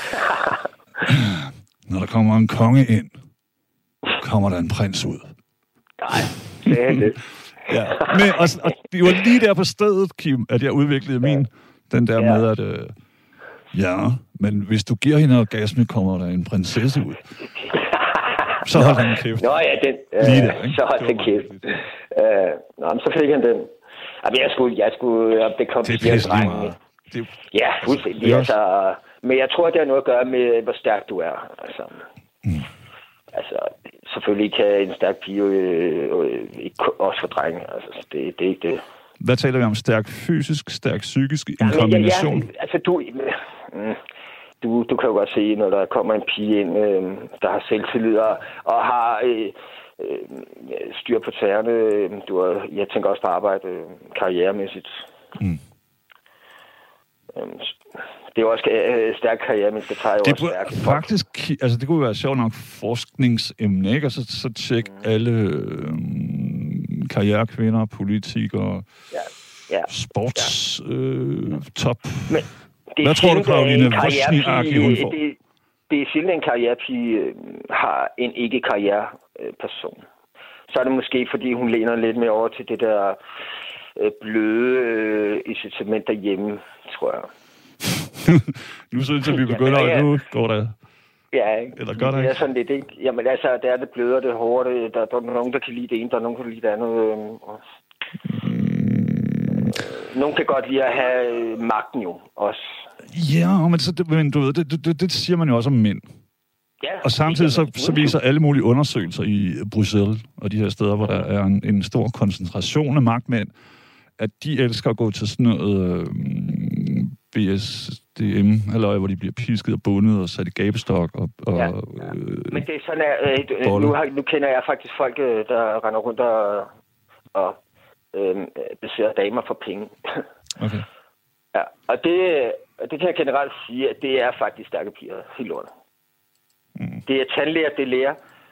når der kommer en konge ind, kommer der en prins ud. Nej, det er det. Ja, men, og det var lige der på stedet, Kim, at jeg udviklede den der med, at men hvis du giver hende orgasme, kommer der en prinsesse ud. Så holdt han kæft. Nå ja, så holdt han kæft. Men så fik han den. Jamen, jeg skulle det kom til at drenge. Ja, fuldstændig. Altså, men jeg tror, det har noget at gøre med, hvor stærk du er. Altså, selvfølgelig kan en stærk pige ikke også for drenge. Altså, det er ikke det. Hvad taler vi om? Stærk fysisk, stærk psykisk, en kombination? Altså, du kan jo godt se, når der kommer en pige ind, der har selvtillid og har styr på tæerne. Jeg tænker også på arbejde karrieremæssigt. Det er også stærk karriere, men det tager jo også stærkt. Faktisk, altså det kunne være sjovt nok forskningsemne, ikke? Og så tjekke alle karrierekvinder, politikere, sports top. Men hvad tror du, Karoline? Hvor snigagtig hun får? Det er sjældent, en karrierepige har en ikke-karriereperson. Så er det måske, fordi hun læner lidt mere over til det der bløde incitament derhjemme, tror jeg. Nu synes jeg, vi begynder, nu går der Ja, ikke? Eller gør der det er ikke? sådan lidt, ikke? Jamen altså, der er det blødere, det hårdere. Der er nogen, der kan lide det ene, der er nogen, der kan lide det andet. Nogen kan godt lide at have magten jo også. Ja, men du ved, det siger man jo også om mænd. Ja, og samtidig så viser alle mulige undersøgelser i Bruxelles og de her steder, hvor der er en stor koncentration af magtmænd, at de elsker at gå til sådan noget BSDM, eller hvor de bliver pisket og bundet og sat i gabestok. Ja. Men det er sådan, nu kender jeg faktisk folk, der render rundt og besidder damer for penge. Okay. Ja, og det kan jeg generelt sige, at det er faktisk stærke piger, helt lortet. Det er tandlæger, det lærer.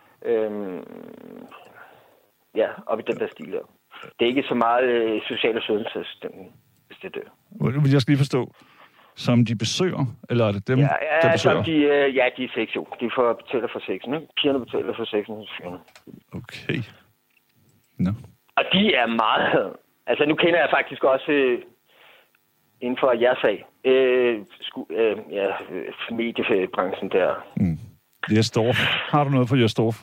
Op i den der stil. Det er ikke så meget social- og sundhedsassistent, hvis det er det. Vil jeg skal lige forstå, som de besøger, eller er det dem, der besøger? De er sex jo. De får betaler for sexen, ikke? Pigerne betaler for sexen hos fyrene. Okay. No. Og de er meget... Altså, nu kender jeg faktisk også inden for jeres sag, mediebranchen der. Jesdorf. Har du noget for Jesdorf?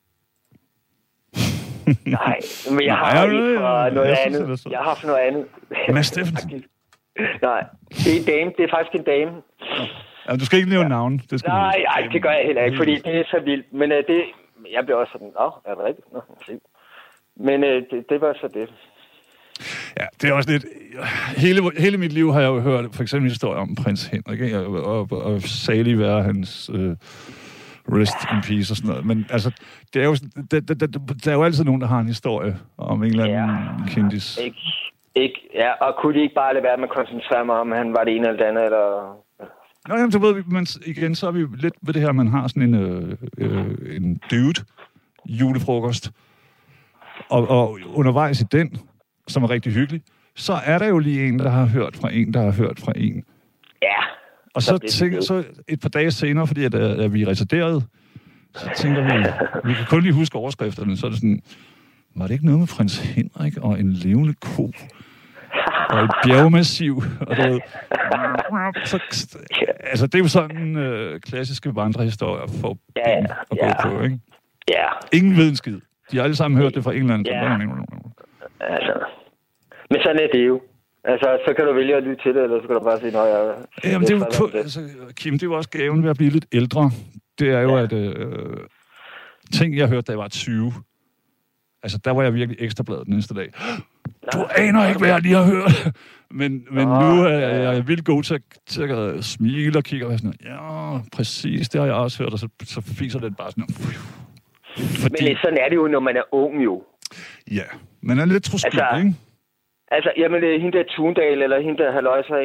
Nej, men jeg har ikke for noget andet. Jeg har for noget andet. Mads Steffensen? Nej, det er en dame. Det er faktisk en dame. Ja, du skal ikke nævne navn. Nej, det gør jeg heller ikke, fordi det er så vildt. Men jeg bliver også sådan, er det rigtigt? Men det var så det. Ja, det er også lidt... Hele mit liv har jeg jo hørt for eksempel historier om prins Henrik, ikke? Og salig være hans rest in peace og sådan noget. Men altså, det er jo, der er jo altid nogen, der har en historie om en eller anden kendis. Ja, og kunne de ikke bare lade være med at koncentrere mig om, han var det ene eller det andet, eller... Nå, jamen, så ved vi, men igen, så er vi lidt ved det her, man har sådan en dude julefrokost, og undervejs i den, som er rigtig hyggelig, så er der jo lige en, der har hørt fra en, der har hørt fra en. Ja. Og så et par dage senere, fordi at vi er retarderet, så tænker vi kan kun lige huske overskrifterne, så er det sådan, var det ikke noget med prins Henrik og en levende ko? Og et bjergmassiv, og det altså, det er jo sådan klassiske vandrehistorier for at gå på, ikke? Ja. Ingen ved en skid. De har alle sammen hørt det fra en eller anden. Ja. Altså. Men sådan er det jo. Altså, så kan du vælge at lytte til det, eller så kan du bare sige, Jamen, det er jo Kim, det er jo også gaven ved at blive lidt ældre. Det er jo, at ting, jeg hørte, da jeg var 20, altså, der var jeg virkelig ekstrabladet den næste dag. Du aner ikke, hvad jeg lige har hørt. Men nu er jeg vildt god til at smile og kigge og være sådan, ja, præcis, det har jeg også hørt, og så fiser det bare sådan. Men sådan er det jo, når man er ung jo. Ja, man er lidt troskyldig, ikke? Altså, jamen, hende der Thundal, eller hende der Halløjser.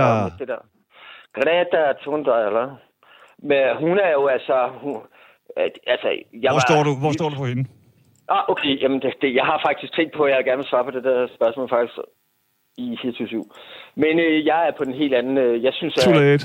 Greta Thundal, eller? Men hun er jo Hvor står du på hende? Okay, jamen, jeg har faktisk tænkt på, at jeg gerne vil svare på det der spørgsmål faktisk i 24/7. Men jeg er på den helt anden, jeg synes, at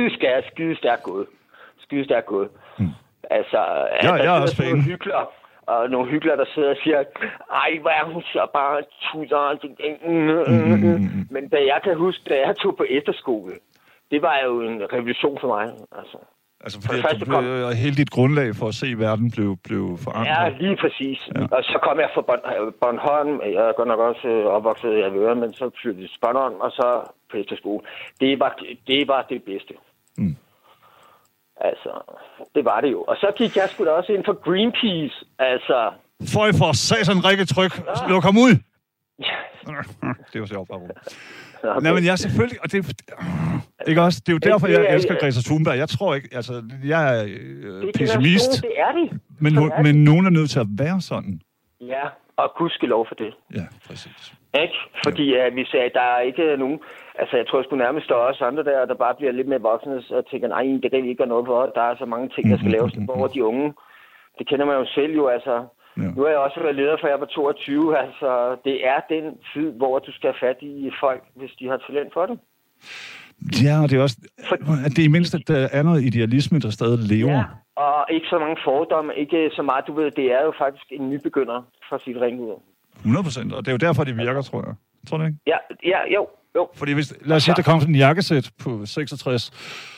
skidestærkt gået. Altså, jeg er også fan. Og nogle hyklere, der sidder og siger, ej, hvor er hun så bare tuder. Men da jeg kan huske, da jeg tog på efterskole, det var jo en revolution for mig. Altså fordi hele dit grundlag for at se verden blev forandret? Ja, lige præcis. Ja. Og så kom jeg fra Bornholm. Jeg er godt nok også opvokset i Avedøre, men så flyttede jeg til Bornholm, og så på efterskole. Det var det bedste. Altså, det var det jo. Og så gik jeg sgu da også ind for Greenpeace, altså... Føj for satan, Rikke, tryk. Luk ham ud! Det var sjovt, bare. Okay. Nej, men jeg selvfølgelig... Og det, ikke også? Det er jo derfor, jeg elsker Greta Thunberg. Jeg tror ikke... Altså, jeg er pessimist. Det er det. Men nogen er nødt til at være sådan. Ja, og gudskelov for det. Ja, præcis. Ikke? Fordi vi sagde, der er ikke nogen... Altså, jeg tror sgu nærmest, der er også andre der bare bliver lidt mere voksne og tænker, nej, det kan vi ikke gøre noget for. Der er så mange ting, der skal laves over de unge. Det kender man jo selv jo, altså. Ja. Nu har jeg også været leder, for jeg var 22. Altså, det er den tid, hvor du skal have fat i folk, hvis de har talent for det. Ja, og det er også... At det er mindst, at der er noget idealisme, der stadig lever. Ja, og ikke så mange fordomme. Ikke så meget, du ved, det er jo faktisk en nybegynder for sit ring ud. 100%, og det er jo derfor, det virker, tror jeg. Tror du ikke? Ja, jo. Fordi lad os sige, der kom sådan en jakkesæt på 66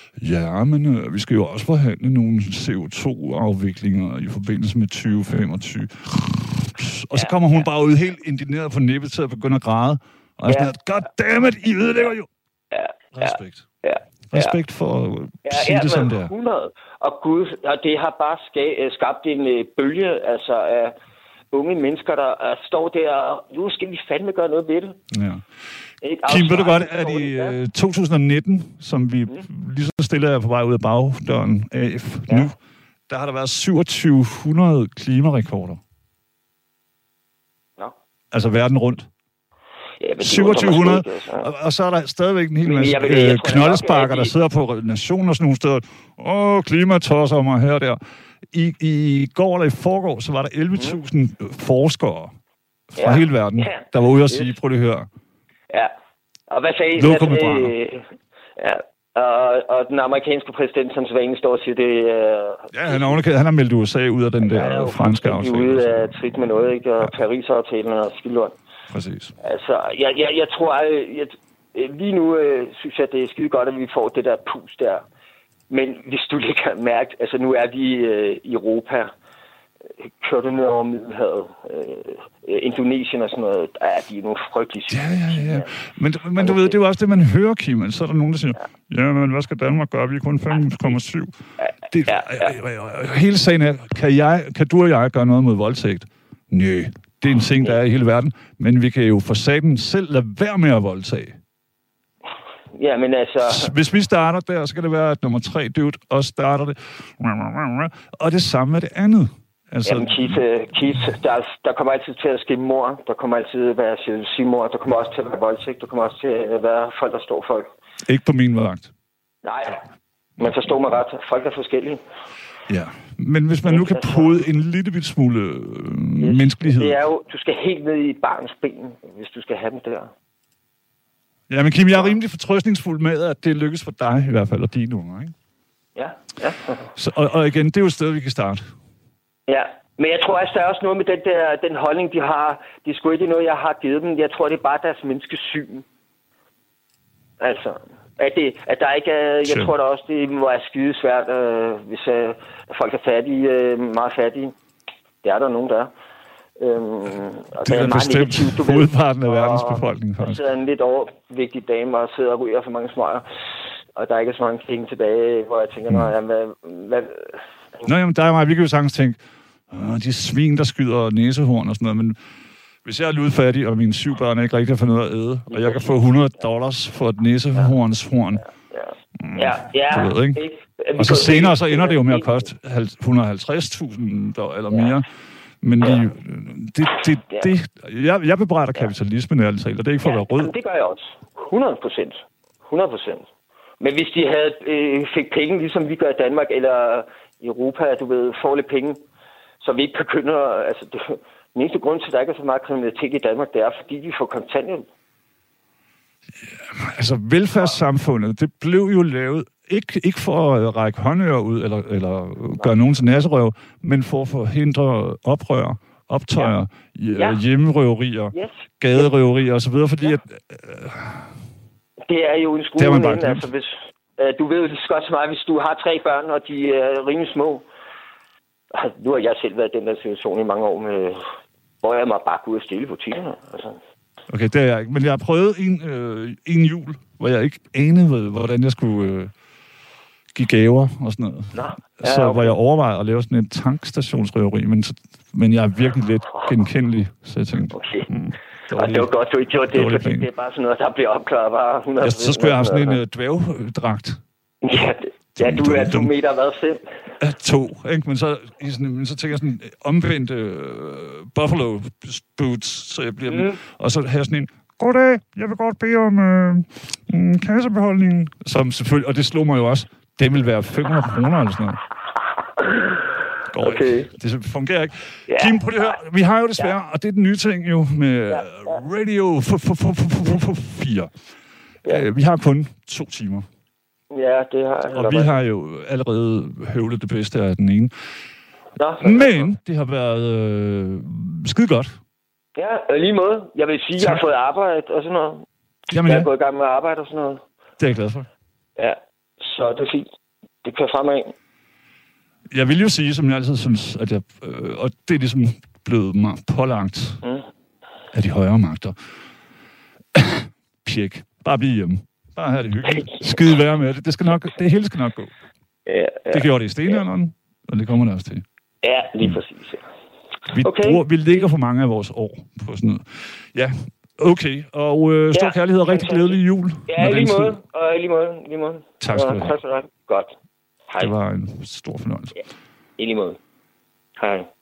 Ja, men vi skal jo også forhandle nogle CO2-afviklinger i forbindelse med 2025. Og så kommer hun bare ud helt indineret på nippet til at begynde at græde. Og jeg er sådan, goddammit, I ødelægger jo. Respekt. Respekt for at sige det, som det er. 100. Og Gud, og det har bare skabt en bølge altså af unge mennesker, der står der, og nu skal vi fandme gøre noget ved det. Ja. Kim, ved du godt, at i 2019, som vi lige så stille er på vej ud af bagdøren af nu, der har der været 2700 klimarekorder. Ja. Altså verden rundt. Ja, 2700, og så er der stadigvæk en hel masse knoldesparker, der sidder på nationer og sådan nogle steder. Klimatosser mig her og der. I går eller i forgår, så var der 11.000 forskere fra hele verden, der var ude og sige, prøv det høre. Ja, og hvad sagde og den amerikanske præsident, som Svane står og siger, det... han har meldt USA ud af den der franske aftale. Ude af trit med noget, ikke? Og Paris-aftalen og skildånd. Præcis. Altså, jeg tror, lige nu synes jeg, det er skide godt, at vi får det der pus der. Men hvis du lige kan mærke, altså nu er vi i Europa, kører du ned over Middelhavet, Indonesien og sådan noget, de er nogle frygtelige syge. Ja. Men du ved, det er jo også det, man hører, Kim. Så er der nogen, der siger, men hvad skal Danmark gøre? Vi er kun 5,7. Hele sagen er, kan du og jeg gøre noget mod voldtægt? Nø. Det er en ting, der er i hele verden, men vi kan jo for satan selv lade være med at voldtage. Ja, men altså... Hvis vi starter der, så kan det være, at nummer 3 dude også starter det. Og det samme med det andet. Altså... Jamen, Keith, der kommer altid til at ske mord. Der kommer altid at være jalousimord. Der kommer også til at være voldtægt. Der kommer også til at være folk, der står folk. Ikke på min vagt. Nej, men forstår mig ret. Folk er forskellige. Ja, men hvis man nu kan pode en lille bit smule menneskelighed... Det er jo, du skal helt ned i barns ben, hvis du skal have dem der. Ja, men Kim, jeg er rimelig fortrøstningsfuld med, at det lykkes for dig i hvert fald, og dine unger, ikke? Ja. Så, og igen, det er jo et sted, vi kan starte. Ja, men jeg tror også, der er også noget med den holdning, de har. Det er sgu ikke noget, jeg har givet dem. Jeg tror, det er bare deres menneskesyn. Altså... At der ikke er... Jeg tror da også, det må være skide svært, hvis folk er fattige, meget fattige. Det er der nogen, der er. Og det er bestemt hovedparten af verdens befolkning. Der sidder en lidt overvægtig dame og sidder og ryger for mange smøger. Og der er ikke så mange penge tilbage, hvor jeg tænker, jamen, der er mig. Vi kan jo sagtens tænke, de svin, der skyder næsehorn og sådan noget, men... Hvis jeg er ludfattig, og mine 7 børn ikke rigtig har fundet ud af at æde, og jeg kan få $100 for et næsehornshorn. Du ved, ikke? Og så senere, så ender det jo med at koste 150.000 eller mere. Men jeg bebrejder kapitalismen, ærligt talt, og det er ikke for at være rød. Jamen, det gør jeg også. 100%. Men hvis de fik penge, ligesom vi gør i Danmark, eller i Europa, du ved, får lidt penge, så vi ikke begynder... Altså, den eneste grund til, at der ikke er så meget kriminalitet i Danmark, det er, fordi vi får kontanthjælp. Altså, velfærdssamfundet, det blev jo lavet, ikke for at række håndører ud, eller gøre nogen til nasserøv, men for at forhindre oprør, optøjer, hjemmerøverier, gaderøverier osv., fordi at... det er jo en skole, altså hvis... Du ved jo godt så meget, hvis du har 3 børn, og de er rimelig små. Nu har jeg selv været i den der situation i mange år, hvor jeg må bare gå ud og stille butikkerne. Altså. Okay, det er jeg ikke. Men jeg har prøvet en jul, hvor jeg ikke anede, hvordan jeg skulle give gaver og sådan noget. Hvor jeg overvejede at lave sådan en tankstationsrøveri, men jeg er virkelig lidt genkendelig, så jeg tænkte... Okay. Og det var godt, du ikke gjorde det, fordi det er bare sådan noget, der bliver opklaret bare 100%. Så skulle jeg have sådan en dværgdragt. Ja, du er 2 meter, hvad, 5? 2, ikke? Men så tænker jeg sådan omvendt buffalo boots, så jeg bliver og så har jeg sådan en, goddag, jeg vil godt bede om kassebeholdningen, som selvfølgelig, og det slog mig jo også, det vil være 500 kroner eller sådan noget. Okay. Det fungerer ikke. Kim, prøv det her. Vi har jo desværre, og det er den nye ting jo, med Radio 4. Vi har kun 2 timer. Ja, det har jeg. Og vi har jo allerede høvlet det bedste af den ene. Men det har været skide godt. Ja, lige måde. Jeg vil sige, at jeg har fået arbejde og sådan noget. Jamen, jeg er gået i gang med arbejde og sådan noget. Det er jeg glad for. Ja, Så det er fint. Det kører fremad. Jeg vil jo sige, som jeg altid synes, at jeg... og det er ligesom blevet mig pålagt af de højere magter. Pjek. Bare blive hjemme. Bare have det hyggeligt. Skide være med det. Det hele skal nok gå. Ja. Det gjorde det i stenalderen, og det kommer der også til. Ja, lige præcis. Ja. Vi ligger for mange af vores år på sådan noget. Ja, okay. Og stor kærlighed og rigtig glædelig jul. Ja, lige måde. Og lige måde. Tak skal du have. Tak skal du have. Godt. Hej. Det var en stor fornøjelse. Ja, i lige måde. Hej.